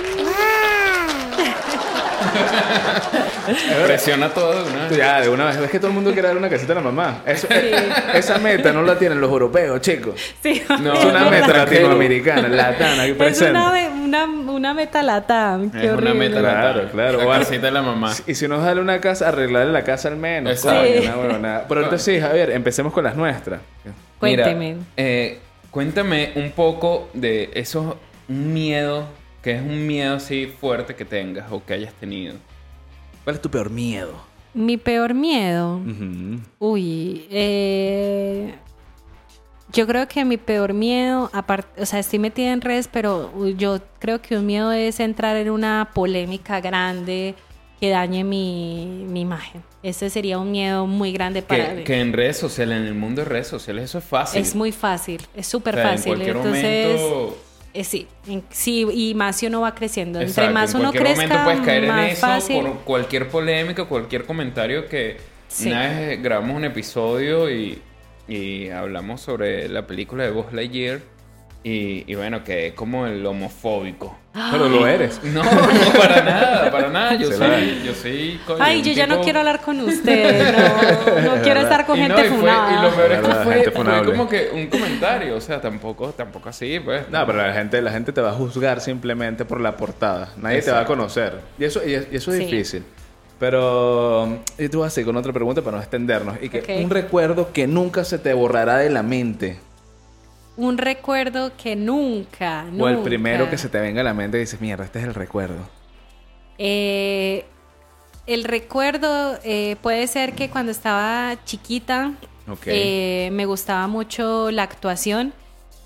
Presiona todo de una vez. Ya, de una vez. Ves que todo el mundo quiere darle una casita a la mamá. Eso, esa meta no la tienen los europeos, chicos. Sí, No, Es una no, meta no, latinoamericana, latana, aquí es presente. una, me- una, una meta latam. Qué Es una horrible. meta Claro, latam. claro. La O al- casita de la mamá. Y si no es darle una casa, arreglarle la casa al menos. Exacto. Coño, Sí. una huevonada. Pero entonces sí, Javier, empecemos con las nuestras. Cuénteme. Mira, eh, cuéntame un poco de esos miedos, que es un miedo así fuerte que tengas o que hayas tenido. ¿Cuál es tu peor miedo? Mi peor miedo. Ujú. Uy, eh, yo creo que mi peor miedo, aparte, o sea, estoy metida en redes, pero uy, yo creo que un miedo es entrar en una polémica grande que dañe mi, mi imagen. Ese sería un miedo muy grande para Que, mí. que en redes sociales, en el mundo de redes sociales, eso es fácil. Es muy fácil, es O súper sea, fácil. En cualquier Entonces, momento. eh, sí, en- sí, y más si uno va creciendo. Entre Exacto, más en uno cualquier crezca, momento puedes caer más en eso fácil. por cualquier polémica, cualquier comentario que Sí. una vez grabamos un episodio y, y hablamos sobre la película de Buzz Lightyear y, y bueno, que es como el homofóbico. Pero lo eres. No, no, para nada, para nada. Yo Se soy, la- yo soy coño, Ay, un yo ya no tipo- quiero hablar con usted. No, no quiero estar con Y gente no, y fue- funada. y lo peor es que Verdad, fue, gente fue funable. como que un comentario, o sea, tampoco, tampoco así, pues. No, pero la gente, la gente te va a juzgar simplemente por la portada. Nadie te va a Exacto. conocer. Y eso, y, y eso es Sí. difícil. Pero yo te voy a seguir con otra pregunta para no extendernos. Y que Ok. un recuerdo que nunca se te borrará de la mente. Un recuerdo que nunca, nunca. O el primero que se te venga a la mente y dices, mierda, este es el recuerdo. Eh, el recuerdo eh, puede ser que cuando estaba chiquita Ok. eh, me gustaba mucho la actuación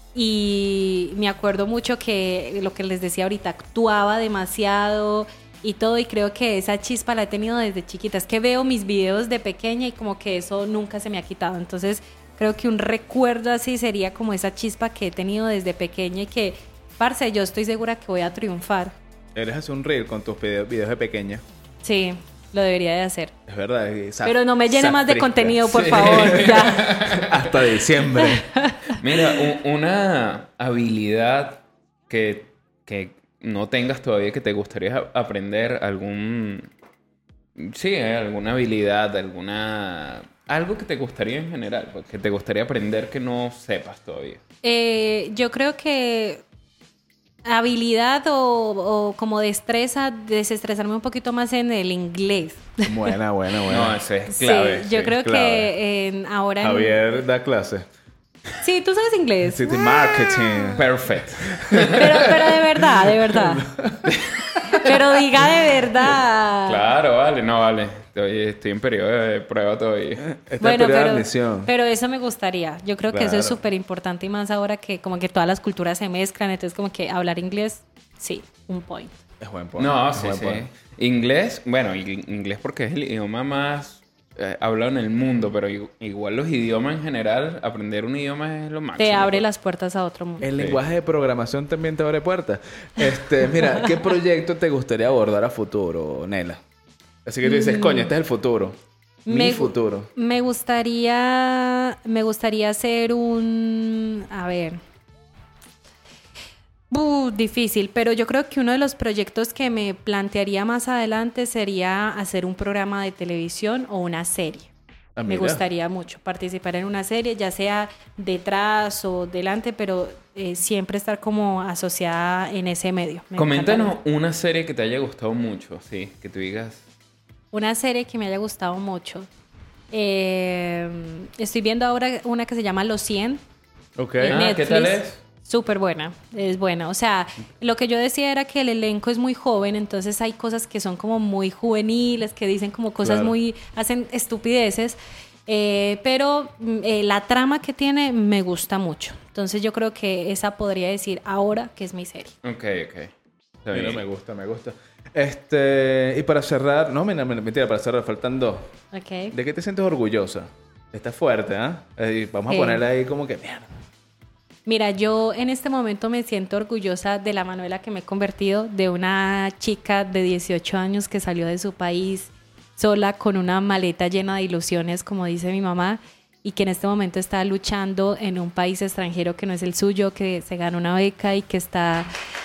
y me acuerdo mucho que lo que les decía ahorita, actuaba demasiado y todo y creo que esa chispa la he tenido desde chiquita. Es que veo mis videos de pequeña y como que eso nunca se me ha quitado. Entonces creo que un recuerdo así sería como esa chispa que he tenido desde pequeña y que, parce, yo estoy segura que voy a triunfar. Eres hacer un reel con tus videos, videos de pequeña. Sí, lo debería de hacer. Es verdad. y esa- Pero no me llene esa más de fresca. contenido, por Sí. favor. Ya. Hasta diciembre. Mira, u- una habilidad que, que no tengas todavía que te gustaría a- aprender, algún... Sí, ¿eh? Alguna habilidad, alguna... Algo que te gustaría en general, pues, que te gustaría aprender que no sepas todavía. Eh, yo creo que habilidad o, o como destreza, desestresarme un poquito más en el inglés. Buena, buena, buena. No, ese es clave. sí, yo sí. creo clave. que en- ahora... en- Javier da clase. Sí, tú sabes inglés. City Marketing. Perfecto. Pero, pero de verdad, de verdad. Pero diga de verdad. Claro, vale, no, vale. Estoy, estoy en periodo de prueba todavía. Está en Bueno, periodo de pero, admisión. pero eso me gustaría. Yo creo que eso es Claro. súper importante y más ahora que como que todas las culturas se mezclan. Entonces como que hablar inglés, sí, un point. Es buen point. No, es sí, buen sí. point. Inglés, bueno, i- inglés porque es el idioma más eh, hablado en el mundo, pero i- igual los idiomas en general, aprender un idioma es lo máximo. Te abre pues. las puertas a otro mundo. El Sí. lenguaje de programación también te abre puertas. Este, mira, ¿qué proyecto te gustaría abordar a futuro, Nela? Así que tú dices, coño, este es el futuro. Mi Me gu- futuro. Me gustaría, me gustaría hacer un, a ver, Uh, difícil, pero yo creo que uno de los proyectos que me plantearía más adelante sería hacer un programa de televisión o una serie. Ah, Me mira. gustaría mucho participar en una serie, ya sea detrás o delante, pero eh, siempre estar como asociada en ese medio. Me Coméntanos encantaría. una serie que te haya gustado mucho, sí, que tú digas. Una serie que me haya gustado mucho. Eh, estoy viendo ahora una que se llama Los cien. Ok. en Ah, ¿qué tal es? Súper buena, es buena. O sea, lo que yo decía era que el elenco es muy joven, entonces hay cosas que son como muy juveniles, que dicen como cosas Claro. muy, hacen estupideces, eh, pero mm, eh, la trama que tiene me gusta mucho. Entonces yo creo que esa podría decir ahora que es mi serie. Ok, ok. Está Mira, bien. me gusta, me gusta. Este, y para cerrar, no, mira, mira, mentira, para cerrar, faltan dos. Okay. ¿De qué te sientes orgullosa? Está fuerte, ¿ah? Eh, vamos a Eh. ponerle ahí como que, mierda. Mira, yo en este momento me siento orgullosa de la Manuela que me he convertido, de una chica de dieciocho años que salió de su país sola con una maleta llena de ilusiones, como dice mi mamá, y que en este momento está luchando en un país extranjero que no es el suyo, que se gana una beca y que está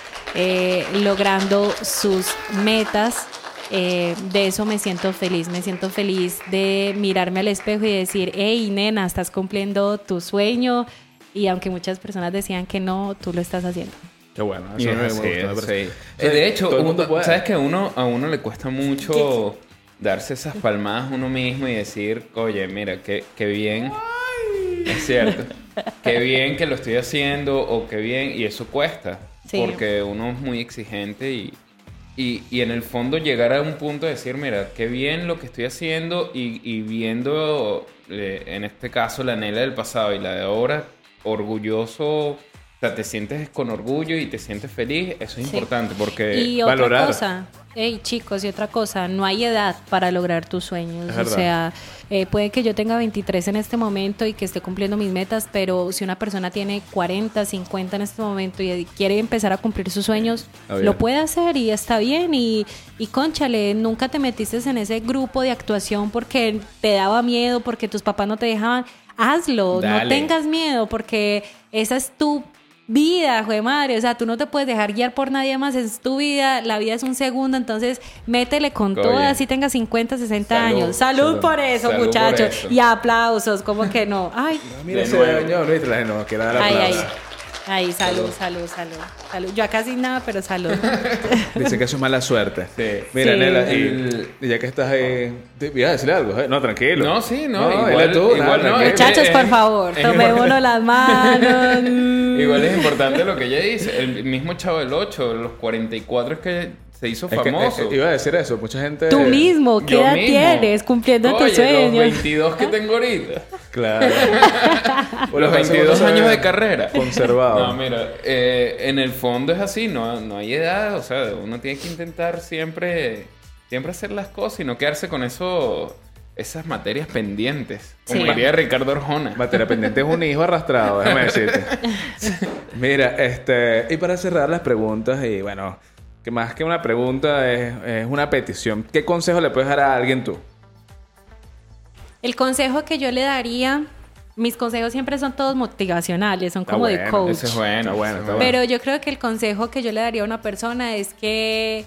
eh, logrando sus metas. Eh, de eso me siento feliz, me siento feliz de mirarme al espejo y decir, hey, nena, estás cumpliendo tu sueño. Y aunque muchas personas decían que no, tú lo estás haciendo. Qué bueno. Eso Yeah, me sí, gusta, me sí. parece. Eh, de hecho, Todo el mundo uno- puede. ¿sabes que uno, a uno le cuesta mucho darse esas palmadas a uno mismo y decir, oye, mira, qué, qué bien. Es cierto. Qué bien que lo estoy haciendo o qué bien. Y eso cuesta. Sí. Porque uno es muy exigente y, y, y en el fondo llegar a un punto de decir, mira, qué bien lo que estoy haciendo y, y viendo, eh, en este caso, la Nela del pasado y la de ahora, orgulloso, o sea, te sientes con orgullo y te sientes feliz, eso es Sí. importante porque Y otra valorar. cosa, hey chicos, y otra cosa, no hay edad para lograr tus sueños. Es O verdad. sea, eh, puede que yo tenga veintitrés en este momento y que esté cumpliendo mis metas, pero si una persona tiene cuarenta, cincuenta en este momento y quiere empezar a cumplir sus sueños, Está bien. lo puede hacer y está bien. Y, y cónchale, nunca te metiste en ese grupo de actuación porque te daba miedo, porque tus papás no te dejaban. Hazlo, no Dale. tengas miedo, porque esa es tu vida, jue madre. O sea, tú no te puedes dejar guiar por nadie más, es tu vida, la vida es un segundo, entonces métele con Oye. todas, si tengas cincuenta, sesenta Salud, años. Salud, salud. por eso, Salud por muchachos. eso. Y aplausos, como que no. Ay, Mira De ese nuevo. señor, ¿viste? La gente no quiere dar ay, ay. aplausos. Ay, salud, salud, salud, salud. Yo acá sin nada, pero salud. Dice que eso es mala suerte. Sí. Mira, Sí. Nela, y, y ya que estás ahí, te voy a decirle algo. ¿eh? No, tranquilo. No, sí, no, igual- dile tú, igual nada, no, tranquilo. Muchachos, por es- favor, es- tomémonos las manos. Igual es importante lo que ella dice. El mismo Chavo del ocho, los cuarenta y cuatro es que se hizo Es que, famoso. eh, iba a decir eso. Mucha gente... Tú mismo, ¿qué Yo edad mismo. tienes cumpliendo Oye, tus los sueños? veintidós que tengo ahorita. Claro. Los veintidós años de carrera. Conservado. No, mira, eh, en el fondo es así, no, no hay edad, o sea, uno tiene que intentar siempre, siempre hacer las cosas y no quedarse con eso, esas materias pendientes. Como Sí. diría Ricardo Arjona. Materia pendiente es un hijo arrastrado, déjame decirte. Mira, este... Y para cerrar las preguntas, y bueno... Que más que una pregunta es, es una petición. ¿Qué consejo le puedes dar a alguien tú? El consejo que yo le daría, mis consejos siempre son todos motivacionales, son Está como de bueno, coach. Ese es bueno. Está bueno, ese está es bueno. Pero yo creo que el consejo que yo le daría a una persona es que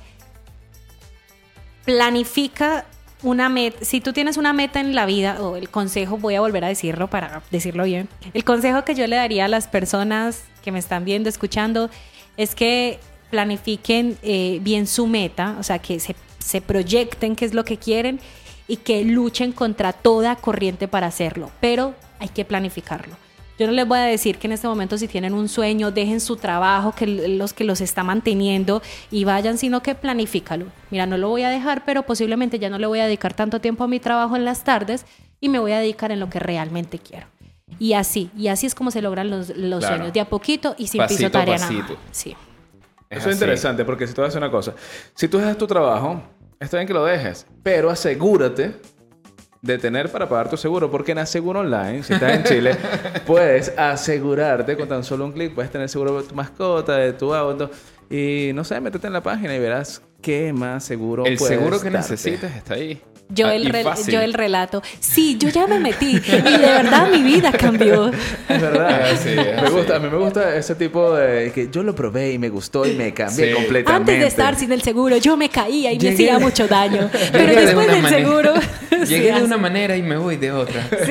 planifica una meta. Si tú tienes una meta en la vida, o el consejo, voy a volver a decirlo para decirlo bien. El consejo que yo le daría a las personas que me están viendo, escuchando, es que planifiquen eh, bien su meta, o sea, que se, se proyecten qué es lo que quieren y que luchen contra toda corriente para hacerlo. Pero hay que planificarlo. Yo no les voy a decir que en este momento si tienen un sueño, dejen su trabajo, que los que los está manteniendo y vayan, sino que planifícalo. Mira, no lo voy a dejar, pero posiblemente ya no le voy a dedicar tanto tiempo a mi trabajo en las tardes y me voy a dedicar en lo que realmente quiero. Y así, y así es como se logran los, los Claro. sueños, de a poquito y sin Pasito a pisotear nada. pasito. Sí. Es Eso es así. interesante porque si te voy a decir una cosa. Si tú dejas tu trabajo, está bien que lo dejes, pero asegúrate de tener para pagar tu seguro, porque en Aseguro Online, si estás en Chile, puedes asegurarte con tan solo un clic, puedes tener seguro de tu mascota, de tu auto, y no sé, métete en la página y verás qué más seguro El puedes seguro que darte. necesites está ahí. Yo, Ah, el y rel- fácil. yo el relato. Sí, yo ya me metí y de verdad mi vida cambió. Es verdad. Ah, sí, es me así. gusta, a mí me gusta ese tipo de que yo lo probé y me gustó y me cambié Sí. completamente. Antes de estar sin el seguro, yo me caía y me Llegué hacía de- mucho daño. Pero Llegué de después una del manera- seguro... Llegué sí, de así. una manera y me voy de otra. Sí.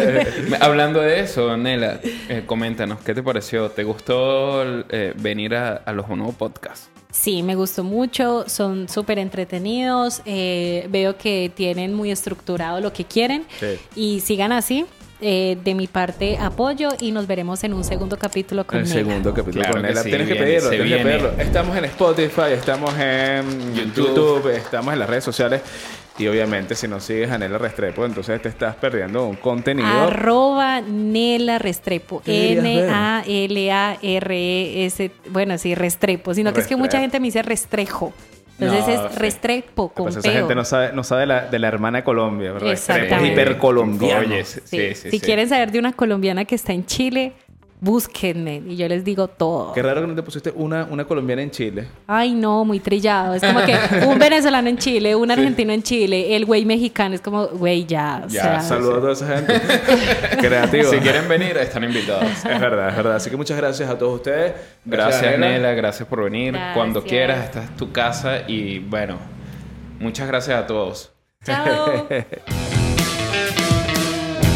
Hablando de eso, Nela, eh, coméntanos, ¿qué te pareció? ¿Te gustó eh, venir a, a los nuevos podcasts? Sí, me gustó mucho, son súper entretenidos, eh, veo que tienen muy estructurado lo que quieren Sí. y sigan así. Eh, de mi parte, apoyo y nos veremos en un segundo capítulo con El Nela. segundo capítulo Claro con que Nela. sí, tienes que viene, pedirlo, se tienes que viene. pedirlo. Estamos en Spotify, estamos en YouTube. YouTube. estamos en las redes sociales. Y obviamente, si no sigues a Nela Restrepo, entonces te estás perdiendo un contenido. Arroba Nela Restrepo. ¿Qué deberías ver? N A L A R E S. Bueno, sí, Restrepo. Sino que es que mucha Restrepo. gente me dice Restrejo. Entonces No, es sí. Restrepo Lo que con pasa es que esa peo. gente no sabe, no sabe de, la, de la hermana de Colombia, ¿verdad? Exactamente. Es hipercolombiano. Oye, Sí. sí, sí, si sí. quieren saber de una colombiana que está en Chile, búsquenme y yo les digo todo. Qué raro que no te pusiste una, una colombiana en Chile. Ay, no, muy trillado. Es como que un venezolano en Chile, un argentino en Chile, el güey mexicano. Es como, güey, ya. Ya, o sea, saludos a toda esa gente. Creativo. Si quieren venir, están invitados. Es verdad, es verdad. Así que muchas gracias a todos ustedes. Gracias, Nela. Nela. Gracias por venir. Gracias. Cuando quieras, esta es tu casa. Y bueno, muchas gracias a todos. Chao.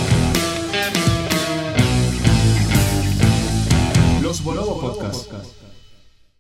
Los Bonobo Podcast.